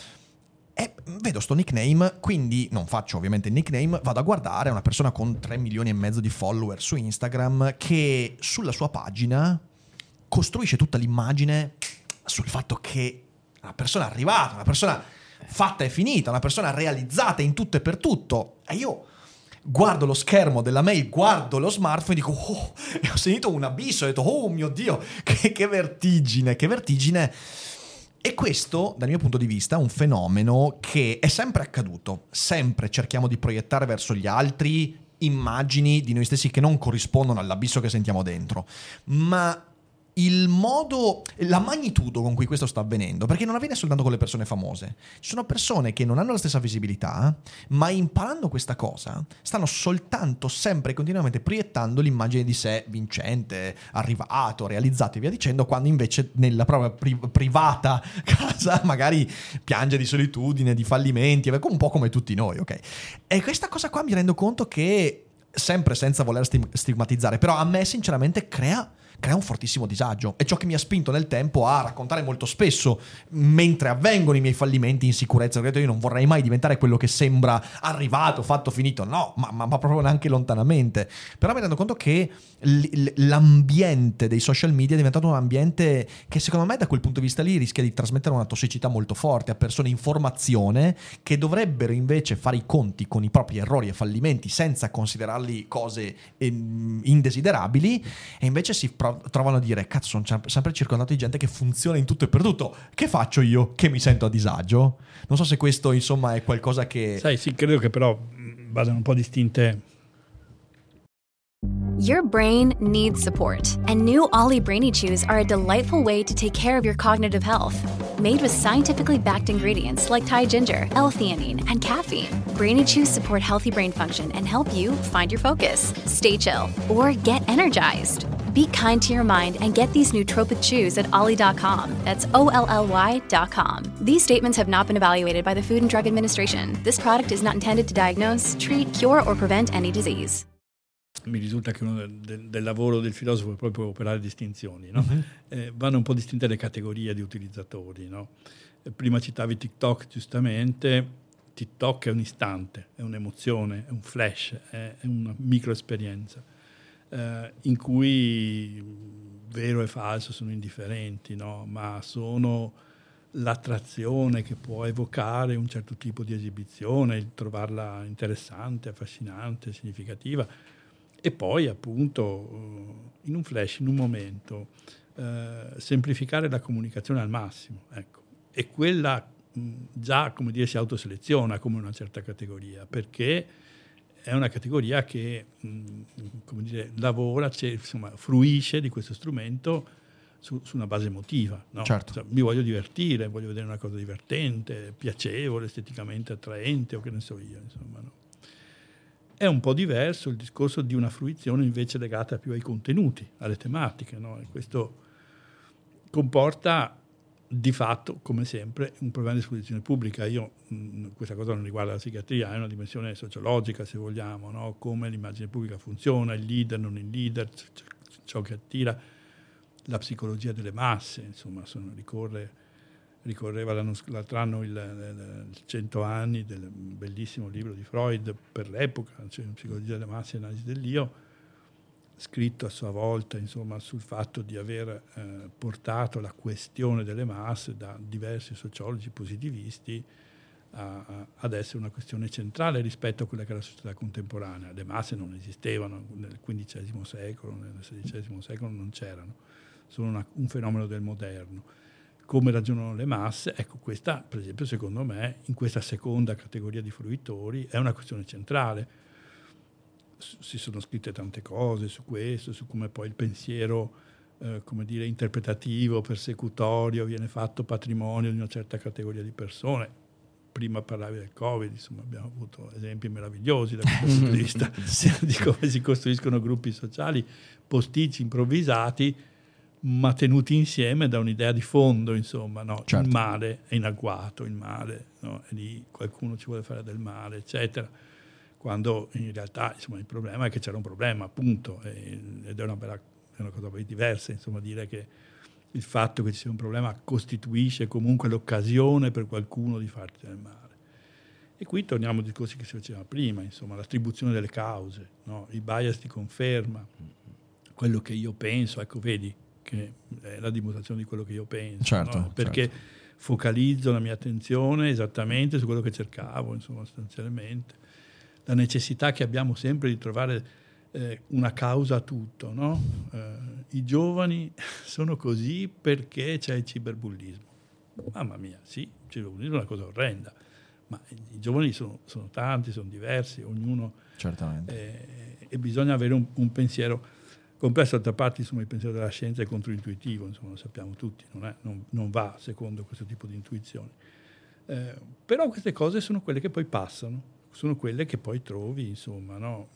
E vedo sto nickname, quindi non faccio ovviamente il nickname, vado a guardare una persona con tre milioni e mezzo di follower su Instagram che sulla sua pagina costruisce tutta l'immagine sul fatto che una persona è arrivata, una persona fatta e finita, una persona realizzata in tutto e per tutto. E io guardo lo schermo della mail, guardo lo smartphone e dico: oh, e ho sentito un abisso, ho detto: oh mio Dio, che, che vertigine, che vertigine. E questo, dal mio punto di vista, è un fenomeno che è sempre accaduto. Sempre cerchiamo di proiettare verso gli altri immagini di noi stessi che non corrispondono all'abisso che sentiamo dentro. Ma il modo, la magnitudo con cui questo sta avvenendo, perché non avviene soltanto con le persone famose. Ci sono persone che non hanno la stessa visibilità, ma imparando questa cosa stanno soltanto, sempre e continuamente proiettando l'immagine di sé vincente, arrivato, realizzato e via dicendo, quando invece nella propria pri- privata casa magari piange di solitudine, di fallimenti, un po' come tutti noi, ok? E questa cosa qua mi rendo conto che, sempre senza voler stig- stigmatizzare, però a me sinceramente crea crea un fortissimo disagio. È ciò che mi ha spinto nel tempo a raccontare molto spesso, mentre avvengono i miei fallimenti, insicurezze, perché io non vorrei mai diventare quello che sembra arrivato, fatto, finito, no, ma, ma, ma proprio neanche lontanamente. Però mi rendo conto che l- l'ambiente dei social media è diventato un ambiente che secondo me da quel punto di vista lì rischia di trasmettere una tossicità molto forte a persone in formazione che dovrebbero invece fare i conti con i propri errori e fallimenti senza considerarli cose ehm, indesiderabili, e invece si prov- trovano a dire: cazzo, sono sempre, sempre circondato di gente che funziona in tutto e per tutto, che faccio io che mi sento a disagio? Non so se questo insomma è qualcosa che... Sai, sì, credo che però mh, vadano un po' distinte. Your brain needs support, and new Ollie Brainy Chews are a delightful way to take care of your cognitive health. Made with scientifically backed ingredients like Thai ginger, L-theanine, and caffeine, Brainy Chews support healthy brain function and help you find your focus, stay chill, or get energized. Be kind to your mind and get these nootropic chews at ollie dot com. That's O L L Y dot com. These statements have not been evaluated by the Food and Drug Administration. This product is not intended to diagnose, treat, cure, or prevent any disease. Mi risulta che uno del, del, del lavoro del filosofo è proprio operare distinzioni, no? Uh-huh. Eh, vanno un po' distinte le categorie di utilizzatori, no? Eh, prima citavi TikTok, giustamente. TikTok è un istante, è un'emozione, è un flash, è, è una microesperienza eh, in cui vero e falso sono indifferenti, no? Ma sono l'attrazione che può evocare un certo tipo di esibizione, il trovarla interessante, affascinante, significativa. E poi appunto in un flash, in un momento, eh, semplificare la comunicazione al massimo, ecco. E quella mh, già, come dire, si autoseleziona come una certa categoria, perché è una categoria che mh, come dire, lavora, cioè, insomma, fruisce di questo strumento su, su una base emotiva, no? Certo. Cioè, mi voglio divertire, voglio vedere una cosa divertente, piacevole, esteticamente attraente, o che ne so io, insomma, no? È un po' diverso il discorso di una fruizione invece legata più ai contenuti, alle tematiche, no? E questo comporta di fatto, come sempre, un problema di esposizione pubblica. Io mh, questa cosa non riguarda la psichiatria, è una dimensione sociologica, se vogliamo, no? Come l'immagine pubblica funziona, il leader, non il leader, c- c- ciò che attira, la psicologia delle masse, insomma, sono, ricorre, ricorreva l'anno, l'altro anno il, il, il cento anni del bellissimo libro di Freud per l'epoca, cioè Psicologia delle masse e analisi dell'io, scritto a sua volta, insomma, sul fatto di aver eh, portato la questione delle masse da diversi sociologi positivisti a, a, ad essere una questione centrale rispetto a quella che è la società contemporanea. Le masse non esistevano nel quindicesimo secolo, nel sedicesimo secolo non c'erano, sono una, un fenomeno del moderno. Come ragionano le masse? Ecco, questa, per esempio, secondo me, in questa seconda categoria di fruitori è una questione centrale. Si sono scritte tante cose su questo, su come poi il pensiero, eh, come dire, interpretativo, persecutorio, viene fatto patrimonio di una certa categoria di persone. Prima parlavi del Covid, insomma, abbiamo avuto esempi meravigliosi da questo punto di vista di come si costruiscono gruppi sociali posticci, improvvisati, ma tenuti insieme da un'idea di fondo, insomma, no? Certo. Il male è in agguato, il male, no? E lì qualcuno ci vuole fare del male, eccetera. Quando in realtà, insomma, il problema è che c'era un problema, appunto, ed è una, bella, è una cosa poi diversa, insomma, dire che il fatto che ci sia un problema costituisce comunque l'occasione per qualcuno di farti del male. E qui torniamo ai discorsi che si faceva prima, insomma, l'attribuzione delle cause, no? Il bias ti conferma quello che io penso, ecco, vedi che è la dimostrazione di quello che io penso, certo, no? Perché certo. focalizzo la mia attenzione esattamente su quello che cercavo, insomma, sostanzialmente. La necessità che abbiamo sempre di trovare eh, una causa a tutto, no? Eh, I giovani sono così perché c'è il cyberbullismo. Mamma mia, sì, il cyberbullismo è una cosa orrenda, ma i giovani sono, sono tanti, sono diversi, ognuno... Certamente. Eh, e bisogna avere un, un pensiero complesso. D'altra parte, insomma, il pensiero della scienza è controintuitivo, insomma, lo sappiamo tutti, non, è, non, non va secondo questo tipo di intuizioni. Eh, però queste cose sono quelle che poi passano, sono quelle che poi trovi, insomma, no?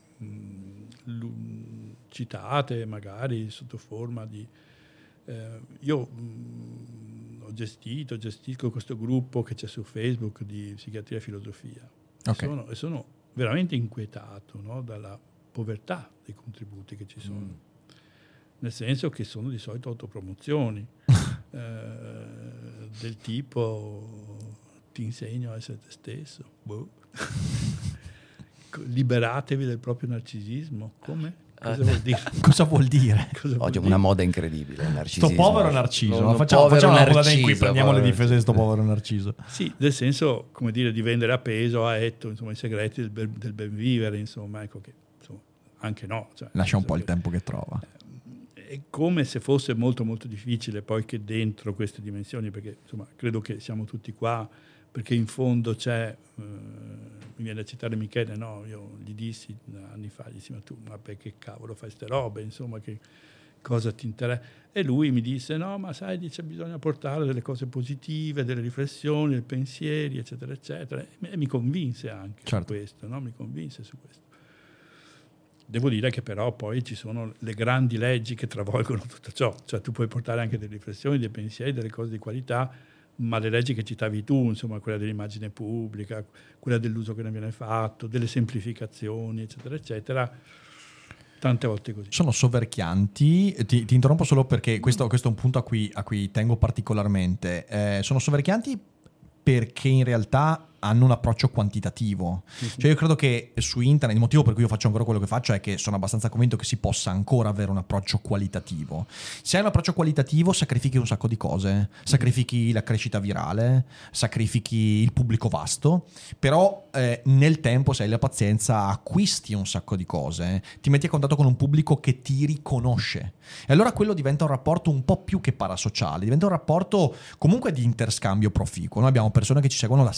L- citate magari sotto forma di... Eh, io mh, ho gestito, gestisco questo gruppo che c'è su Facebook di psichiatria e filosofia. Okay. E, sono, e sono veramente inquietato, no? Dalla povertà dei contributi che ci sono. Mm. Nel senso che sono di solito autopromozioni eh, del tipo ti insegno a essere te stesso. Boh. Liberatevi del proprio narcisismo. Come? Cosa vuol dire? Cosa vuol dire? Cosa vuol Oggi è dire? una moda incredibile, il narcisismo. Sto povero Narciso. No, no, facciamo povero facciamo una puntata in cui Narciso, prendiamo le povero difese di sto Narciso. povero Narciso. Sì, nel senso, come dire, di vendere a peso a etto, insomma, i segreti del, ben, del ben vivere, insomma, ecco che, insomma, anche no. Cioè, Lascia un po' che, il tempo che trova. È come se fosse molto molto difficile poi che dentro queste dimensioni, perché insomma credo che siamo tutti qua perché in fondo c'è, eh, mi viene a citare Michele, no, io gli dissi anni fa, gli dissi ma tu ma perché cavolo fai ste robe, insomma, che cosa ti interessa? E lui mi disse no, ma sai, dice, bisogna portare delle cose positive, delle riflessioni, dei pensieri, eccetera eccetera, e mi convinse anche certo. su questo, no? Mi convinse su questo. Devo dire che però poi ci sono le grandi leggi che travolgono tutto ciò, cioè tu puoi portare anche delle riflessioni, dei pensieri, delle cose di qualità, ma le leggi che citavi tu, insomma, quella dell'immagine pubblica, quella dell'uso che ne viene fatto, delle semplificazioni, eccetera, eccetera, tante volte così. Sono soverchianti, ti, ti interrompo solo perché questo, questo è un punto a cui, a cui tengo particolarmente. Eh, sono soverchianti perché in realtà hanno un approccio quantitativo. Mm-hmm. Cioè io credo che su internet, il motivo per cui io faccio ancora quello che faccio è che sono abbastanza convinto che si possa ancora avere un approccio qualitativo. Se hai un approccio qualitativo sacrifichi un sacco di cose, sacrifichi la crescita virale, sacrifichi il pubblico vasto, però eh, nel tempo, se hai la pazienza, acquisti un sacco di cose, ti metti a contatto con un pubblico che ti riconosce e allora quello diventa un rapporto un po' più che parasociale, diventa un rapporto comunque di interscambio proficuo. Noi abbiamo persone che ci seguono da sette anni,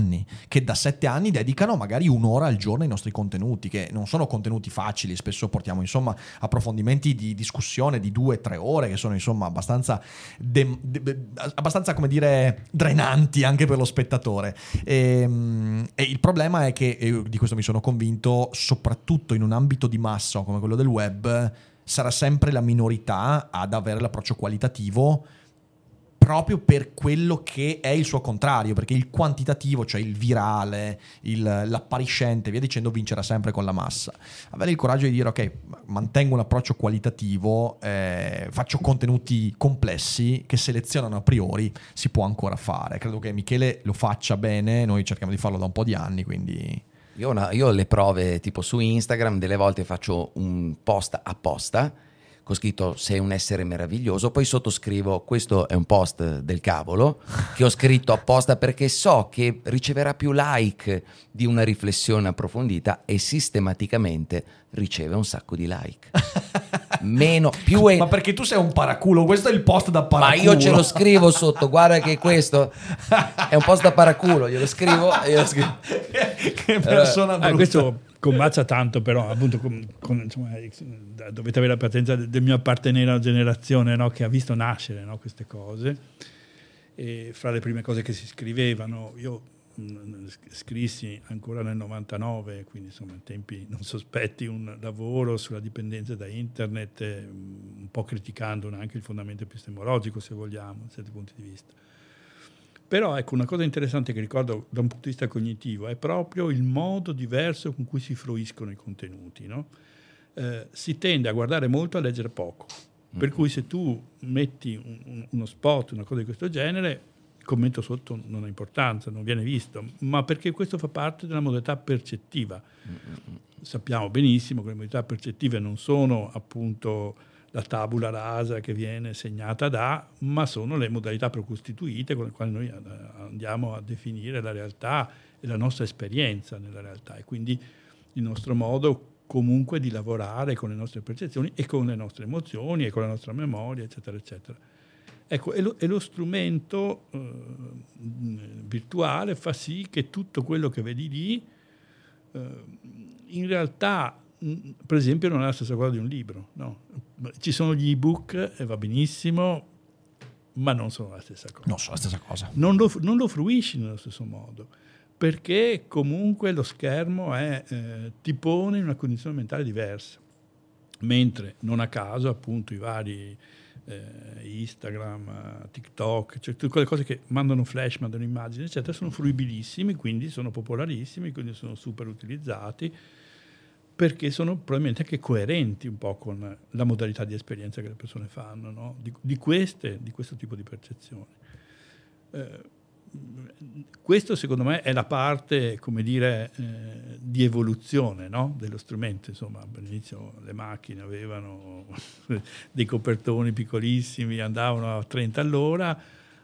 anni, che da sette anni dedicano magari un'ora al giorno ai nostri contenuti, che non sono contenuti facili, spesso portiamo insomma approfondimenti di discussione di due tre ore che sono insomma abbastanza de- de- abbastanza come dire drenanti anche per lo spettatore, e, e il problema è che, e di questo mi sono convinto, soprattutto in un ambito di massa come quello del web sarà sempre la minorità ad avere l'approccio qualitativo, proprio per quello che è il suo contrario, perché il quantitativo, cioè il virale, il, l'appariscente, via dicendo, vincerà sempre con la massa. Avere il coraggio di dire ok, mantengo un approccio qualitativo, eh, faccio contenuti complessi che selezionano a priori, si può ancora fare. Credo che Michele lo faccia bene, noi cerchiamo di farlo da un po' di anni, quindi... Io, una, io ho le prove tipo su Instagram, delle volte faccio un post apposta, ho scritto sei un essere meraviglioso, poi sottoscrivo questo è un post del cavolo che ho scritto apposta perché so che riceverà più like di una riflessione approfondita e sistematicamente riceve un sacco di like. Meno, più è... Ma perché tu sei un paraculo, questo è il post da paraculo. Ma io ce lo scrivo sotto, guarda che questo è un post da paraculo, glielo scrivo e glielo scrivo. Che persona brutta. Eh, questo combacia tanto, però appunto con, con, insomma, dovete avere la pazienza del mio appartenere a una generazione, no, che ha visto nascere, no, queste cose, e fra le prime cose che si scrivevano io mh, scrissi ancora nel novantanove, quindi insomma in tempi non sospetti, un lavoro sulla dipendenza da internet, eh, un po' criticando anche il fondamento epistemologico, se vogliamo, da certi punti di vista. Però ecco, una cosa interessante che ricordo da un punto di vista cognitivo è proprio il modo diverso con cui si fruiscono i contenuti, no? Eh, si tende a guardare molto, a leggere poco. Per cui se tu metti un, un, uno spot, una cosa di questo genere, il commento sotto non ha importanza, non viene visto, ma perché questo fa parte della modalità percettiva. Sappiamo benissimo che le modalità percettive non sono appunto la tabula rasa che viene segnata da, ma sono le modalità precostituite con le quali noi andiamo a definire la realtà e la nostra esperienza nella realtà, e quindi il nostro modo comunque di lavorare con le nostre percezioni e con le nostre emozioni e con la nostra memoria, eccetera, eccetera. Ecco, e lo, e lo strumento eh, virtuale fa sì che tutto quello che vedi lì eh, in realtà, per esempio, non è la stessa cosa di un libro, no? Ci sono gli ebook e va benissimo, ma non sono la stessa cosa. Non sono la stessa cosa. Non lo, non lo fruisci nello stesso modo, perché comunque lo schermo è, eh, ti pone in una condizione mentale diversa, mentre non a caso appunto i vari eh, Instagram, TikTok, cioè tutte quelle cose che mandano flash, mandano immagini, eccetera, sono fruibilissimi, quindi sono popolarissimi, quindi sono super utilizzati, perché sono probabilmente anche coerenti un po' con la modalità di esperienza che le persone fanno, no? di, di, queste, di questo tipo di percezioni. Eh, questo secondo me è la parte, come dire, eh, di evoluzione, no? dello strumento. Insomma, all'inizio le macchine avevano dei copertoni piccolissimi, andavano a trenta all'ora,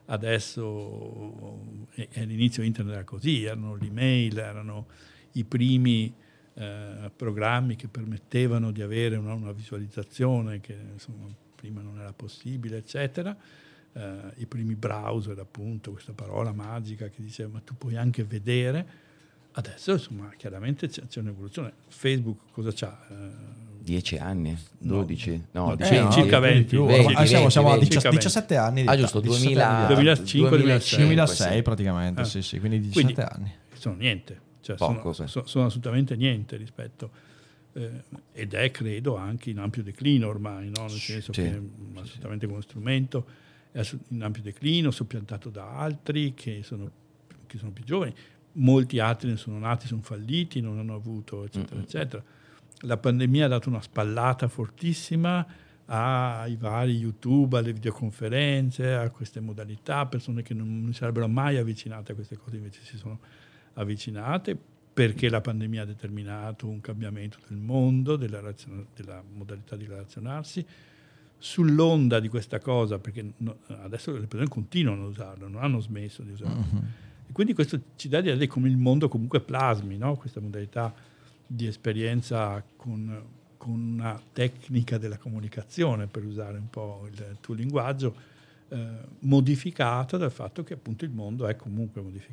adesso eh, all'inizio internet era così, erano l'email, erano i primi Eh, programmi che permettevano di avere una, una visualizzazione che insomma prima non era possibile, eccetera. Eh, I primi browser, appunto, questa parola magica che diceva ma tu puoi anche vedere. Adesso insomma chiaramente c'è, c'è un'evoluzione. Facebook cosa c'ha? Eh, Dieci anni? Dodici? No, no, diciamo, circa venti. venti, Ah, siamo, siamo a venti, diciassette anni. Ah, giusto, duemila, duemilacinque duemilasei praticamente, eh. sì, sì, quindi diciassette quindi, anni. Sono niente. Cioè Poco, sono, sì. sono, sono assolutamente niente rispetto, eh, ed è credo anche in ampio declino ormai, no? Nel senso sì, che sì, assolutamente sì. Come strumento è in ampio declino, soppiantato da altri che sono, che sono più giovani, molti altri ne sono nati, sono falliti, non hanno avuto, eccetera, mm-hmm. eccetera. La pandemia ha dato una spallata fortissima ai vari YouTube, alle videoconferenze, a queste modalità, persone che non, non si sarebbero mai avvicinate a queste cose invece si sono avvicinate, perché la pandemia ha determinato un cambiamento del mondo, della, razion- della modalità di relazionarsi. Sull'onda di questa cosa, perché no, adesso le persone continuano a usarlo, non hanno smesso di usarlo. Uh-huh. E quindi questo ci dà di vedere come il mondo comunque plasmi, no? Questa modalità di esperienza con, con una tecnica della comunicazione, per usare un po' il tuo linguaggio, eh, modificata dal fatto che appunto il mondo è comunque modificato.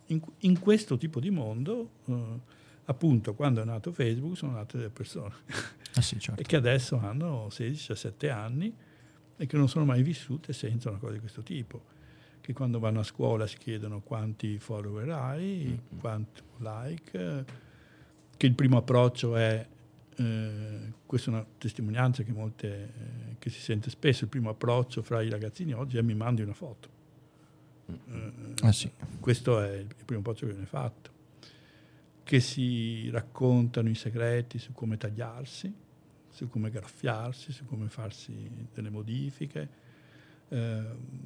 in, in questo tipo di mondo, eh, appunto, quando è nato Facebook, sono nate delle persone ah, sì, certo. e che adesso hanno sedici diciassette anni e che non sono mai vissute senza una cosa di questo tipo, che quando vanno a scuola si chiedono quanti follower hai, mm-hmm. quanto like, eh, che il primo approccio è, eh, questa è una testimonianza che, molte, eh, che si sente spesso, il primo approccio fra i ragazzini oggi è mi mandi una foto. Mm-hmm. Eh, ah, sì. Questo è il primo approccio che viene fatto, che si raccontano i segreti su come tagliarsi, su come graffiarsi, su come farsi delle modifiche, eh,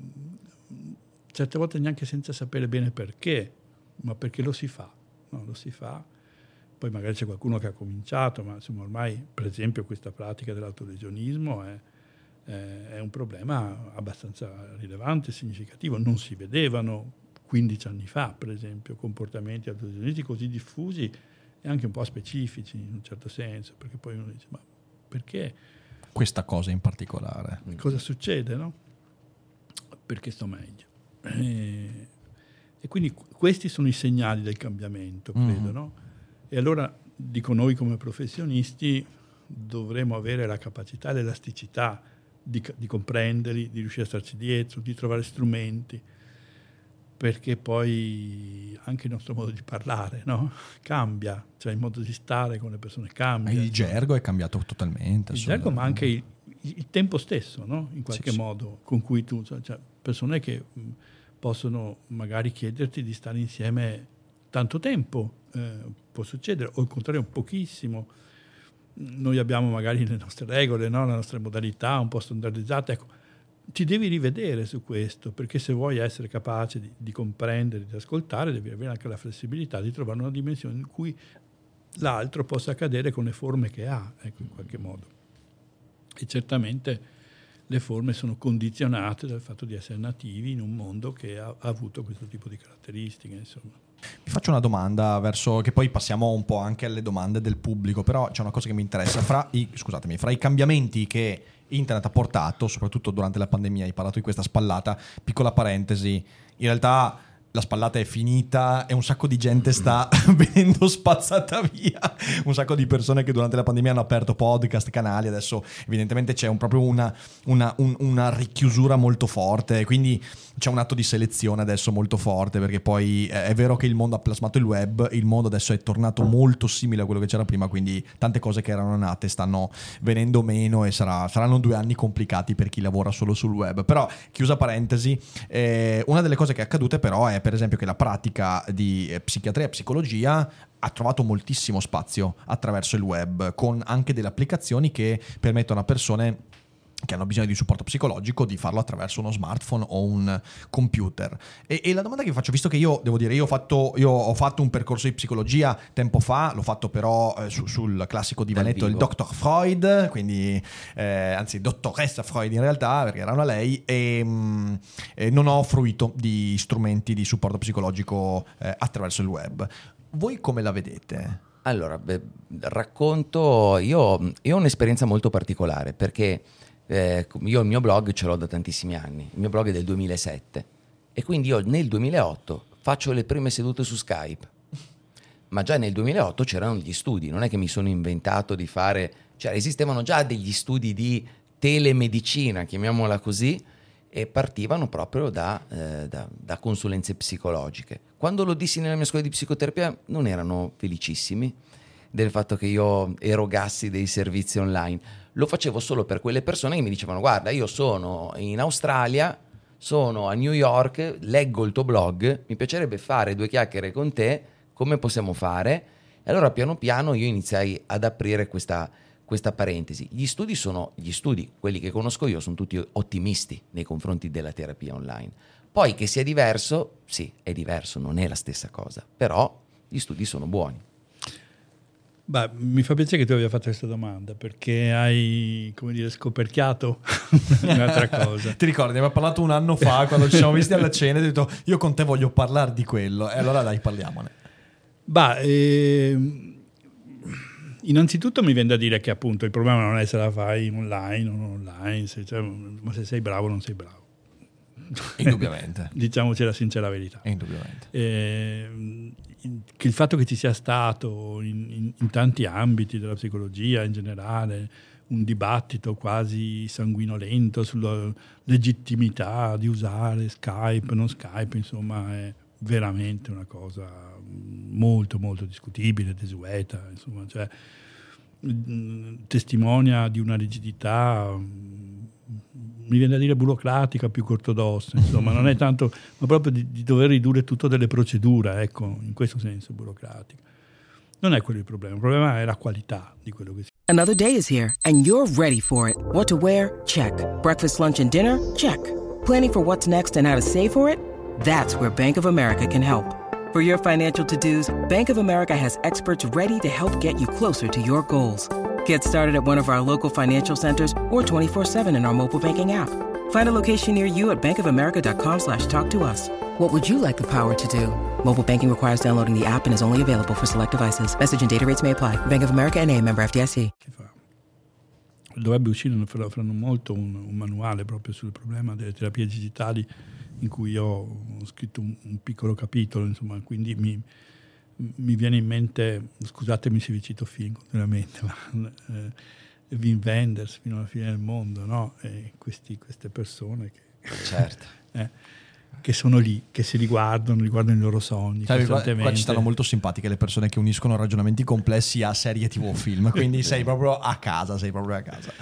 certe volte neanche senza sapere bene perché, ma perché lo si fa, no, lo si fa. Poi magari c'è qualcuno che ha cominciato, ma insomma ormai, per esempio, questa pratica dell'autolesionismo è, è, è un problema abbastanza rilevante, significativo. Non si vedevano quindici anni fa, per esempio, comportamenti autolesionisti così diffusi e anche un po' specifici in un certo senso, perché poi uno dice, ma perché? Questa cosa in particolare. Cosa succede, no? Perché sto meglio. E, e quindi questi sono i segnali del cambiamento, credo, mm. no? E allora, dico, noi come professionisti dovremo avere la capacità e l'elasticità di, di comprenderli, di riuscire a starci dietro, di trovare strumenti, perché poi anche il nostro modo di parlare, no? Cambia, cioè il modo di stare con le persone cambia. Il gergo è cambiato totalmente. Il gergo, ma anche il, il tempo stesso, no? In qualche sì, sì. modo, con cui tu, cioè persone che mh, possono magari chiederti di stare insieme tanto tempo, eh, può succedere, o il contrario pochissimo. Noi abbiamo magari le nostre regole, no? Le nostre modalità un po' standardizzate, ecco. Ti devi rivedere su questo, perché se vuoi essere capace di, di comprendere, di ascoltare, devi avere anche la flessibilità di trovare una dimensione in cui l'altro possa accadere con le forme che ha, ecco, in qualche modo. E certamente le forme sono condizionate dal fatto di essere nativi in un mondo che ha, ha avuto questo tipo di caratteristiche, insomma. Vi faccio una domanda verso, che poi passiamo un po' anche alle domande del pubblico, però c'è una cosa che mi interessa. Fra i, scusatemi, fra i cambiamenti che internet ha portato, soprattutto durante la pandemia, hai parlato di questa spallata, piccola parentesi, in realtà la spallata è finita e un sacco di gente sta venendo spazzata via, un sacco di persone che durante la pandemia hanno aperto podcast, canali, adesso evidentemente c'è un, proprio una, una, un, una richiusura molto forte, quindi c'è un atto di selezione adesso molto forte, perché poi è vero che il mondo ha plasmato il web, il mondo adesso è tornato molto simile a quello che c'era prima, quindi tante cose che erano nate stanno venendo meno e sarà, saranno due anni complicati per chi lavora solo sul web. Però, chiusa parentesi, eh, una delle cose che è accadute però è per esempio che la pratica di psichiatria e psicologia ha trovato moltissimo spazio attraverso il web, con anche delle applicazioni che permettono a persone che hanno bisogno di supporto psicologico di farlo attraverso uno smartphone o un computer. E, e la domanda che vi faccio, visto che io devo dire io ho fatto, io ho fatto un percorso di psicologia tempo fa, l'ho fatto però eh, su, sul classico divanetto il dottor Freud, quindi eh, anzi dottoressa Freud in realtà, perché era una lei, e, mh, e non ho fruito di strumenti di supporto psicologico eh, attraverso il web. Voi come la vedete? Allora, beh, racconto, io, io ho un'esperienza molto particolare, perché Eh, io il mio blog ce l'ho da tantissimi anni, il mio blog è del duemilasette e quindi io nel duemilaotto faccio le prime sedute su Skype, ma già nel duemilaotto c'erano gli studi, non è che mi sono inventato di fare, cioè esistevano già degli studi di telemedicina, chiamiamola così, e partivano proprio da, eh, da, da consulenze psicologiche. Quando lo dissi nella mia scuola di psicoterapia non erano felicissimi del fatto che io erogassi dei servizi online. Lo facevo solo per quelle persone che mi dicevano: guarda, io sono in Australia, sono a New York, leggo il tuo blog, mi piacerebbe fare due chiacchiere con te, come possiamo fare? E allora piano piano io iniziai ad aprire questa, questa parentesi. Gli studi sono gli studi, quelli che conosco io sono tutti ottimisti nei confronti della terapia online. Poi che sia diverso, sì, è diverso, non è la stessa cosa, però gli studi sono buoni. Beh, mi fa piacere che tu abbia fatto questa domanda, perché hai, come dire, scoperchiato un'altra cosa. Ti ricordi, abbiamo parlato un anno fa quando ci siamo visti alla cena e hai detto io con te voglio parlare di quello, e allora dai, parliamone. Beh, eh, innanzitutto mi viene da dire che appunto il problema non è se la fai online o non online, se, cioè, ma se sei bravo o non sei bravo. Indubbiamente. Diciamoci la sincera verità. Indubbiamente. Eh, che il fatto che ci sia stato in, in, in tanti ambiti della psicologia in generale un dibattito quasi sanguinolento sulla legittimità di usare Skype, non Skype, insomma, è veramente una cosa molto molto discutibile, desueta, insomma, cioè testimonia di una rigidità, mi viene da dire burocratica più che ortodossa, insomma, non è tanto, ma proprio di, di dover ridurre tutto delle procedure, ecco, in questo senso burocratico. Non è quello il problema, il problema è la qualità di quello che si. Another day is here and you're ready for it. What to wear? Check. Breakfast, lunch and dinner? Check. Planning for what's next and how to save for it? That's where Bank of America can help. For your financial to-dos, Bank of America has experts ready to help get you closer to your goals. Get started at one of our local financial centers or twenty-four seven in our mobile banking app. Find a location near you at bankofamerica.com slash talk to us. What would you like the power to do? Mobile banking requires downloading the app and is only available for select devices. Message and data rates may apply. Bank of America N A, member F D I C. Dovrebbe uscire fra, fra non molto un, un manuale proprio sul problema delle terapie digitali, in cui ho scritto un, un piccolo capitolo, insomma, quindi mi, mi viene in mente, scusatemi se vi cito film continuamente, ma eh, Wim Wenders fino alla fine del mondo, no? E questi, queste persone che, certo. eh, che sono lì, che si riguardano, riguardano i loro sogni. Sai, qua, qua ci stanno molto simpatiche le persone che uniscono ragionamenti complessi a serie tivù o film, quindi sei proprio a casa, sei proprio a casa.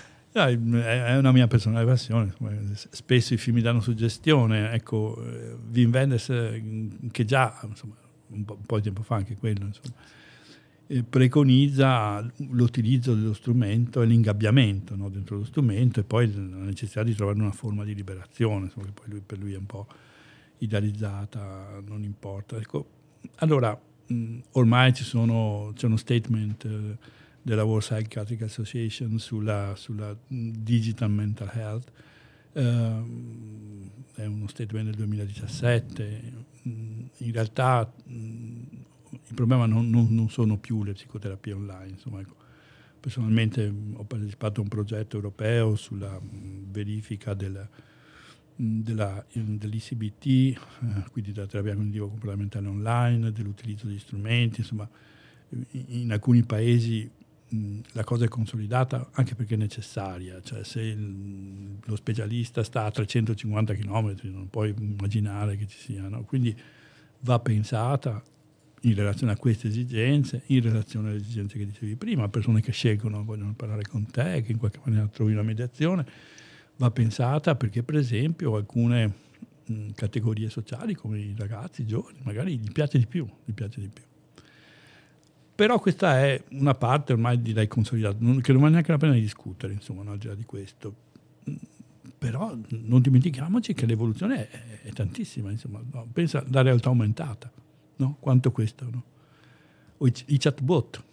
È una mia personale passione, spesso i film mi danno suggestione, ecco, Wim Wenders, che già insomma, un, po', un po' di tempo fa anche quello, insomma, preconizza l'utilizzo dello strumento e l'ingabbiamento, no, dentro lo strumento, e poi la necessità di trovare una forma di liberazione, insomma, che poi lui, per lui è un po' idealizzata, non importa. Ecco, allora, mh, ormai ci sono, c'è uno statement eh, della World Psychiatric Association sulla, sulla digital mental health, uh, è uno statement del duemiladiciassette. In realtà mh, il problema non, non, non sono più le psicoterapie online, insomma, ecco. Personalmente ho partecipato a un progetto europeo sulla mh, verifica del, mh, della, dell'I C B T, eh, quindi della terapia cognitivo comportamentale online, dell'utilizzo di strumenti, insomma, in, in alcuni paesi la cosa è consolidata anche perché è necessaria, cioè se il, lo specialista sta a trecentocinquanta chilometri non puoi immaginare che ci sia, no? Quindi va pensata in relazione a queste esigenze, in relazione alle esigenze che dicevi prima, persone che scelgono, vogliono parlare con te, che in qualche maniera trovi una mediazione, va pensata perché per esempio alcune mh, categorie sociali come i ragazzi, i giovani, magari gli piace di più, gli piace di più. Però questa è una parte ormai direi consolidata, non, che non vale neanche la pena di discutere, insomma, no, al di là di questo. Però non dimentichiamoci che l'evoluzione è, è tantissima, insomma, no? Pensa alla realtà aumentata, no? Quanto questo, no? O i, i chatbot,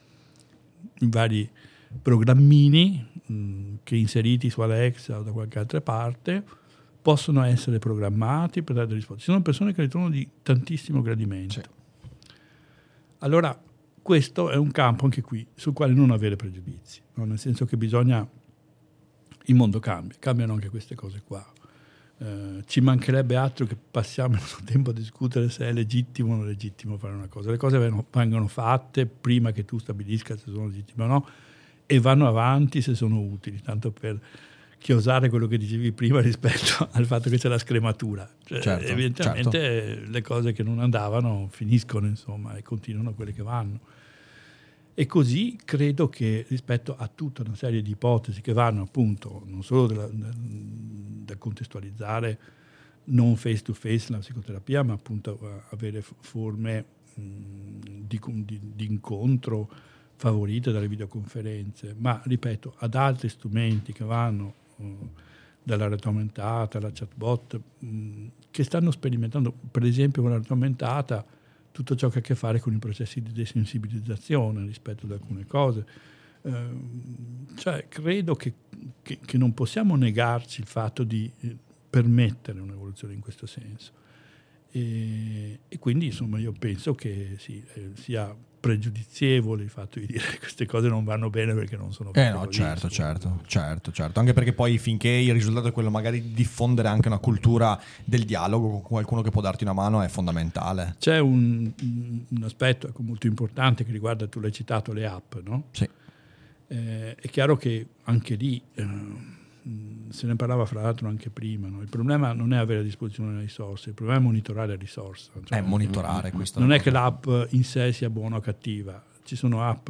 i vari programmini mh, che inseriti su Alexa o da qualche altra parte possono essere programmati per dare delle risposte. Ci sono persone che li trovano di tantissimo gradimento. Sì. Allora, questo è un campo anche qui sul quale non avere pregiudizi, no? Nel senso che bisogna, il mondo cambia, cambiano anche queste cose qua. Eh, ci mancherebbe altro che passiamo il nostro tempo a discutere se è legittimo o non legittimo fare una cosa. Le cose vengono, vengono fatte prima che tu stabilisca se sono legittime o no, e vanno avanti se sono utili, tanto per chiosare quello che dicevi prima rispetto al fatto che c'è la scrematura. Cioè, certo, evidentemente certo. Le cose che non andavano finiscono, insomma, e continuano quelle che vanno. E così credo che rispetto a tutta una serie di ipotesi che vanno appunto non solo da, da, da contestualizzare non face to face la psicoterapia, ma appunto avere forme mh, di, di, di incontro favorite dalle videoconferenze, ma ripeto, ad altri strumenti che vanno dalla realtà aumentata alla chatbot, mh, che stanno sperimentando, per esempio con la realtà aumentata, tutto ciò che ha a che fare con i processi di desensibilizzazione rispetto ad alcune cose. Eh, cioè, credo che, che, che non possiamo negarci il fatto di eh, permettere un'evoluzione in questo senso. E, e quindi, insomma, io penso che sì, eh, sia pregiudizievole il fatto di dire che queste cose non vanno bene perché non sono Eh no, certo, certo, certo, certo. Anche perché poi finché il risultato è quello magari di diffondere anche una cultura del dialogo con qualcuno che può darti una mano è fondamentale. C'è un, un aspetto ecco, molto importante che riguarda, tu l'hai citato, le app, no? Sì. Eh, è chiaro che anche lì eh, se ne parlava fra l'altro anche prima, no? Il problema non è avere a disposizione le risorse, il problema è monitorare la risorsa. Cioè, È monitorare questo. non è che l'app in sé sia buona o cattiva, ci sono app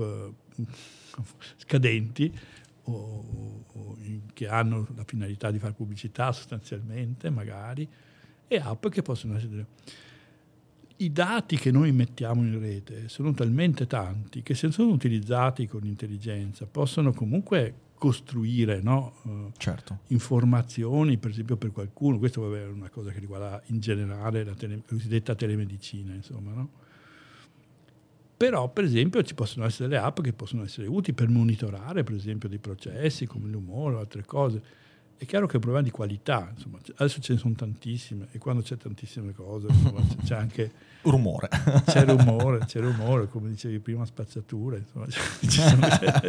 scadenti o, o che hanno la finalità di fare pubblicità sostanzialmente magari, e app che possono essere delle... I dati che noi mettiamo in rete sono talmente tanti che se sono utilizzati con intelligenza possono comunque costruire, no? uh, certo. informazioni, per esempio per qualcuno. Questo vabbè, è una cosa che riguarda in generale la, tele, la cosiddetta telemedicina, insomma, no? Però per esempio ci possono essere delle app che possono essere utili per monitorare per esempio dei processi come l'umore o altre cose. È chiaro che è un problema di qualità, insomma, adesso ce ne sono tantissime e quando c'è tantissime cose insomma, c'è anche rumore, c'è rumore, c'è rumore, come dicevi prima, spazzatura, insomma, ci, sono,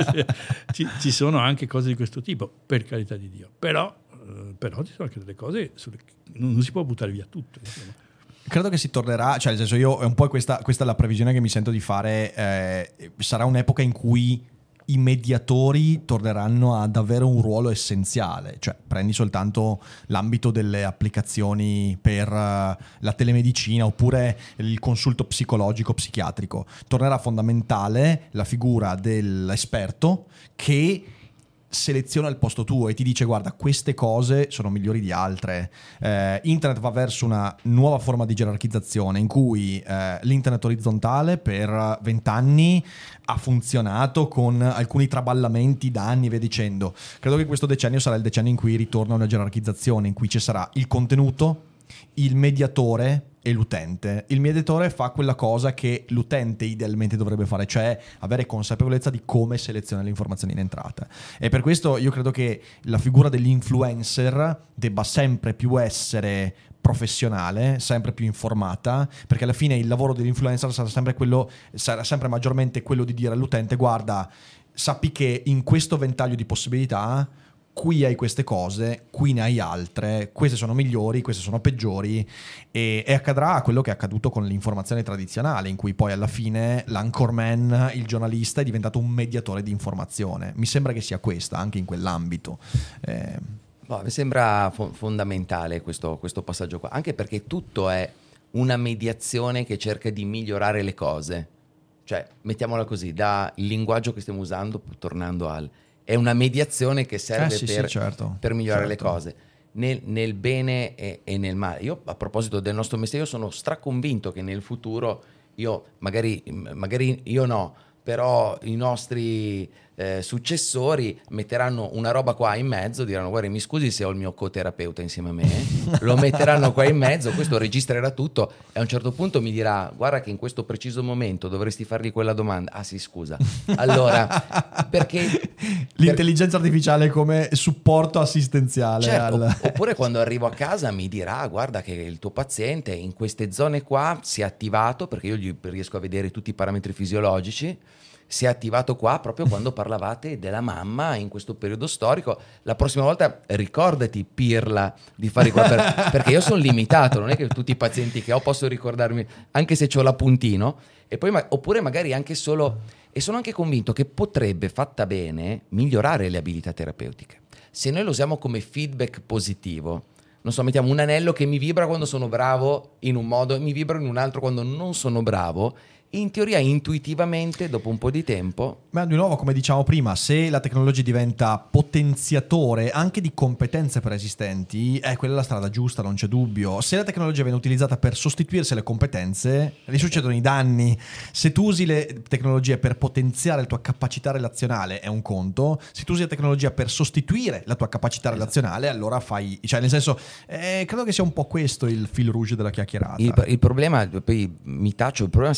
ci, ci sono anche cose di questo tipo, per carità di Dio, però, eh, però ci sono anche delle cose sulle che non, non si può buttare via tutto, insomma. Credo che si tornerà, cioè nel senso io è un po' questa, questa è la previsione che mi sento di fare, eh, sarà un'epoca in cui i mediatori torneranno ad avere un ruolo essenziale, cioè prendi soltanto l'ambito delle applicazioni per uh, la telemedicina oppure il consulto psicologico psichiatrico, tornerà fondamentale la figura dell'esperto che seleziona il posto tuo e ti dice guarda queste cose sono migliori di altre. eh, internet va verso una nuova forma di gerarchizzazione in cui eh, l'internet orizzontale per vent'anni ha funzionato con alcuni traballamenti da anni e via dicendo. Credo che questo decennio sarà il decennio in cui ritorna una gerarchizzazione in cui ci sarà il contenuto, il mediatore e l'utente. Il mediatore fa quella cosa che l'utente idealmente dovrebbe fare, cioè avere consapevolezza di come seleziona le informazioni in entrata. E per questo io credo che la figura dell'influencer debba sempre più essere professionale, sempre più informata, perché alla fine il lavoro dell'influencer sarà sempre quello, sarà sempre maggiormente quello di dire all'utente guarda, sappi che in questo ventaglio di possibilità qui hai queste cose, qui ne hai altre, queste sono migliori, queste sono peggiori, e, e accadrà quello che è accaduto con l'informazione tradizionale, in cui poi alla fine l'anchorman, il giornalista, è diventato un mediatore di informazione. Mi sembra che sia questa, anche in quell'ambito. Eh. Boh, mi sembra fo- fondamentale questo, questo passaggio qua, anche perché tutto è una mediazione che cerca di migliorare le cose. Cioè, mettiamola così, da il linguaggio che stiamo usando, tornando al... è una mediazione che serve eh sì, per, sì, certo, per migliorare certo. le cose nel, nel bene e, e nel male. Io a proposito del nostro mestiere io sono straconvinto che nel futuro io magari, magari io no, però i nostri eh, successori metteranno una roba qua in mezzo, diranno guarda mi scusi se ho il mio coterapeuta insieme a me, lo metteranno qua in mezzo, questo registrerà tutto e a un certo punto mi dirà guarda che in questo preciso momento dovresti fargli quella domanda, ah sì scusa, allora perché l'intelligenza per... artificiale come supporto assistenziale, certo, al... oppure quando arrivo a casa mi dirà guarda che il tuo paziente in queste zone qua si è attivato, perché io gli riesco a vedere tutti i parametri fisiologici, si è attivato qua proprio quando parlavate della mamma in questo periodo storico. La prossima volta ricordati Pirla di fare qua per... perché io sono limitato, non è che tutti i pazienti che ho posso ricordarmi anche se c'ho l'appuntino, e poi ma... oppure magari anche solo, e sono anche convinto che potrebbe, fatta bene, migliorare le abilità terapeutiche se noi lo usiamo come feedback positivo. Non so, mettiamo un anello che mi vibra quando sono bravo in un modo e mi vibra in un altro quando non sono bravo. In teoria, intuitivamente, dopo un po' di tempo... Ma di nuovo, come diciamo prima, se la tecnologia diventa potenziatore anche di competenze preesistenti, eh, quella è la strada giusta, non c'è dubbio. Se la tecnologia viene utilizzata per sostituirsi alle competenze, gli succedono i danni. Se tu usi le tecnologie per potenziare la tua capacità relazionale, è un conto. Se tu usi la tecnologia per sostituire la tua capacità relazionale, allora fai... Cioè, nel senso, eh, credo che sia un po' questo il fil rouge della chiacchierata. Il, il problema, poi mi taccio, il problema secondo me è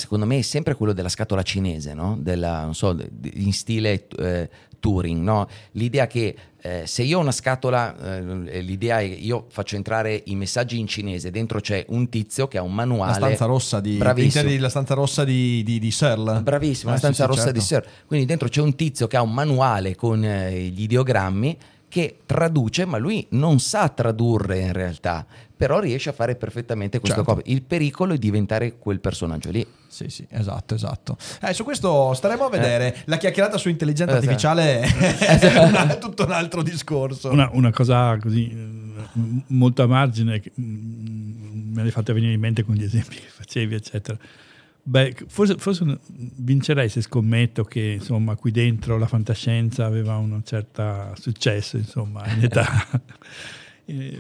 sempre quello della scatola cinese, no? Della, non so, in stile eh, Turing, no? L'idea che eh, se io ho una scatola, eh, l'idea è io faccio entrare i messaggi in cinese, dentro c'è un tizio che ha un manuale. La stanza rossa di, bravissimo. La stanza rossa di, di, di Searle. Bravissimo, eh, la stanza sì, rossa certo. di Searle. Quindi dentro c'è un tizio che ha un manuale con eh, gli ideogrammi che traduce, ma lui non sa tradurre in realtà, però riesce a fare perfettamente questo Certo. copy. Il pericolo è diventare quel personaggio lì. Sì, sì, esatto, esatto. Eh, su questo staremo a vedere. Eh. La chiacchierata su intelligenza Eh, artificiale è una- è tutto un altro discorso. Una, una cosa così eh, molto a margine, che, mm, me l'hai fatta venire in mente con gli esempi che facevi, eccetera. Beh, forse, forse vincerei se scommetto che insomma qui dentro la fantascienza aveva un certo successo, insomma, in età. e,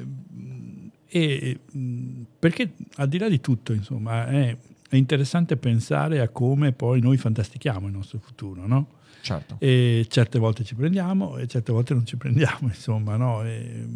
e perché al di là di tutto, insomma, è, è interessante pensare a come poi noi fantastichiamo il nostro futuro, no? Certo. E certe volte ci prendiamo e certe volte non ci prendiamo, insomma, no? E,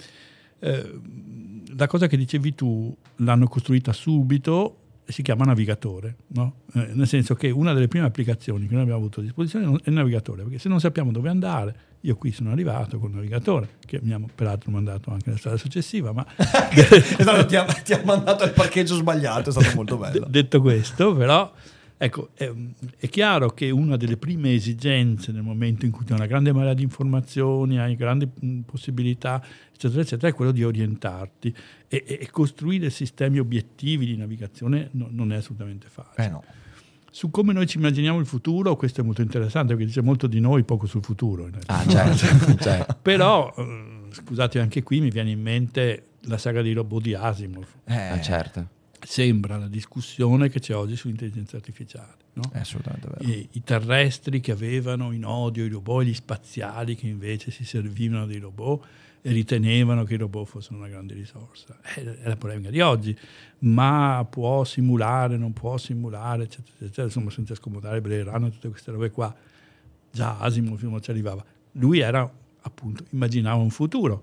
eh, la cosa che dicevi tu l'hanno costruita subito, si chiama navigatore, no? Eh, nel senso che una delle prime applicazioni che noi abbiamo avuto a disposizione è il navigatore, perché se non sappiamo dove andare, io qui sono arrivato col navigatore, che mi ha peraltro mandato anche la strada successiva, ma esatto, ti, ha, ti ha mandato al parcheggio sbagliato, è stato molto bello. D- detto questo, però, ecco, è, è chiaro che una delle prime esigenze nel momento in cui tu hai una grande marea di informazioni, hai grandi mh, possibilità, eccetera, eccetera, è quello di orientarti e, e, e costruire sistemi obiettivi di navigazione no, non è assolutamente facile. Eh no. Su come noi ci immaginiamo il futuro, questo è molto interessante, perché dice molto di noi, poco sul futuro. In realtà. Ah, certo, certo. Però, eh, scusate, anche qui mi viene in mente la saga dei robot di Asimov. Eh, Ah, certo. Sembra la discussione che c'è oggi sull'intelligenza artificiale, no? È assolutamente vero. I, i terrestri che avevano in odio i robot, gli spaziali che invece si servivano dei robot e ritenevano che i robot fossero una grande risorsa. È, è la polemica di oggi, ma può simulare, non può simulare, eccetera, eccetera, insomma, senza scomodare Blade Runner, tutte queste robe qua. Già Asimov non ci arrivava. Lui era, appunto, immaginava un futuro.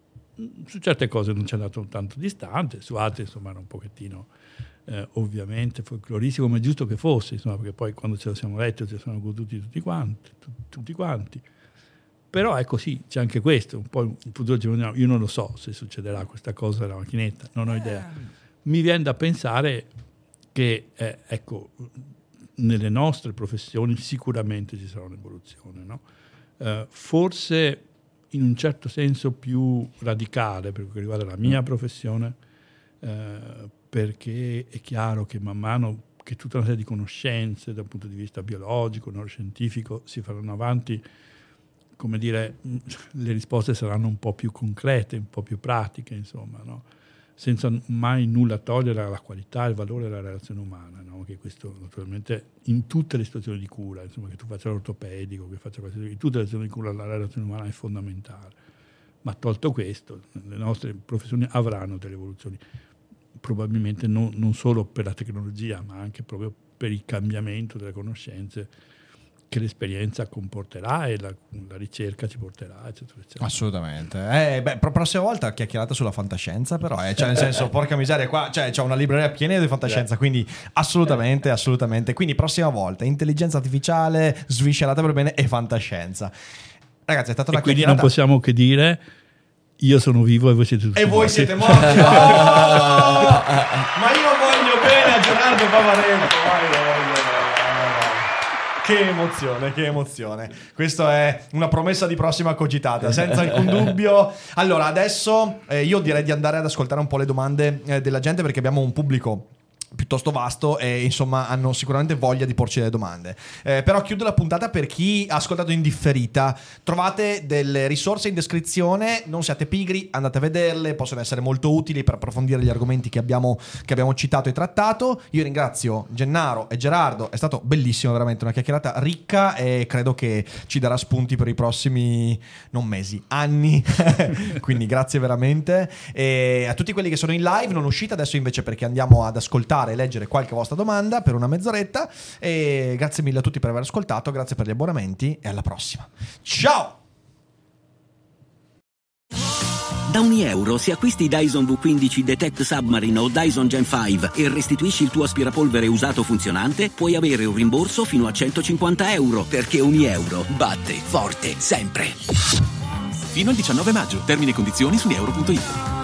Su certe cose non ci è andato tanto distante, su altre insomma era un pochettino eh, ovviamente folcloristico, come è giusto che fosse, insomma, perché poi quando ce lo siamo letti ce lo siamo goduti tutti quanti, tu, tutti quanti. Però è così, c'è anche questo, un po' il futuro io non lo so se succederà questa cosa della macchinetta, non ho idea. Mi viene da pensare che eh, ecco, nelle nostre professioni sicuramente ci sarà un'evoluzione, no? Eh, forse in un certo senso più radicale per quanto riguarda la mia professione, eh, perché è chiaro che man mano che tutta una serie di conoscenze dal punto di vista biologico, neuroscientifico si faranno avanti, come dire, le risposte saranno un po' più concrete, un po' più pratiche, insomma, no? Senza mai nulla togliere alla qualità e al valore della relazione umana, no? Che questo naturalmente in tutte le situazioni di cura, insomma, che tu faccia l'ortopedico, che faccia qualsiasi, in tutte le situazioni di cura la relazione umana è fondamentale. Ma tolto questo, le nostre professioni avranno delle evoluzioni, probabilmente non, non solo per la tecnologia, ma anche proprio per il cambiamento delle conoscenze che l'esperienza comporterà e la, la ricerca ci porterà, eccetera, eccetera. Assolutamente. Eh, beh, pro- prossima volta chiacchierata sulla fantascienza, però, eh, cioè, nel senso, porca miseria, qua cioè, c'è una libreria piena di fantascienza, quindi assolutamente, assolutamente. Quindi prossima volta, intelligenza artificiale, sviscerata per bene e fantascienza. Ragazzi, è stata una e quindi chiacchierata... non possiamo che dire io sono vivo e voi siete tutti E voi morti. siete morti. Oh! Ma io voglio bene a Gerardo Pavaretto. Vai, vai, vai. Che emozione, che emozione. Questa è una promessa di prossima cogitata, senza alcun dubbio. Allora, adesso eh, io direi di andare ad ascoltare un po' le domande eh, della gente, perché abbiamo un pubblico piuttosto vasto e insomma hanno sicuramente voglia di porci delle domande, eh, però chiudo la puntata. Per chi ha ascoltato in differita, trovate delle risorse in descrizione, non siate pigri, andate a vederle, possono essere molto utili per approfondire gli argomenti che abbiamo, che abbiamo citato e trattato. Io ringrazio Gennaro e Gerardo, è stato bellissimo, veramente una chiacchierata ricca e credo che ci darà spunti per i prossimi non mesi, anni quindi grazie veramente. E a tutti quelli che sono in live, non uscite adesso invece perché andiamo ad ascoltare e leggere qualche vostra domanda per una mezz'oretta. E grazie mille a tutti per aver ascoltato, grazie per gli abbonamenti e alla prossima. Ciao! Da ogni euro, se acquisti Dyson V quindici Detect Submarine o Dyson Gen cinque e restituisci il tuo aspirapolvere usato funzionante, puoi avere un rimborso fino a centocinquanta euro, perché ogni euro batte forte sempre. Fino al diciannove maggio. Termini e condizioni su unieuro punto it.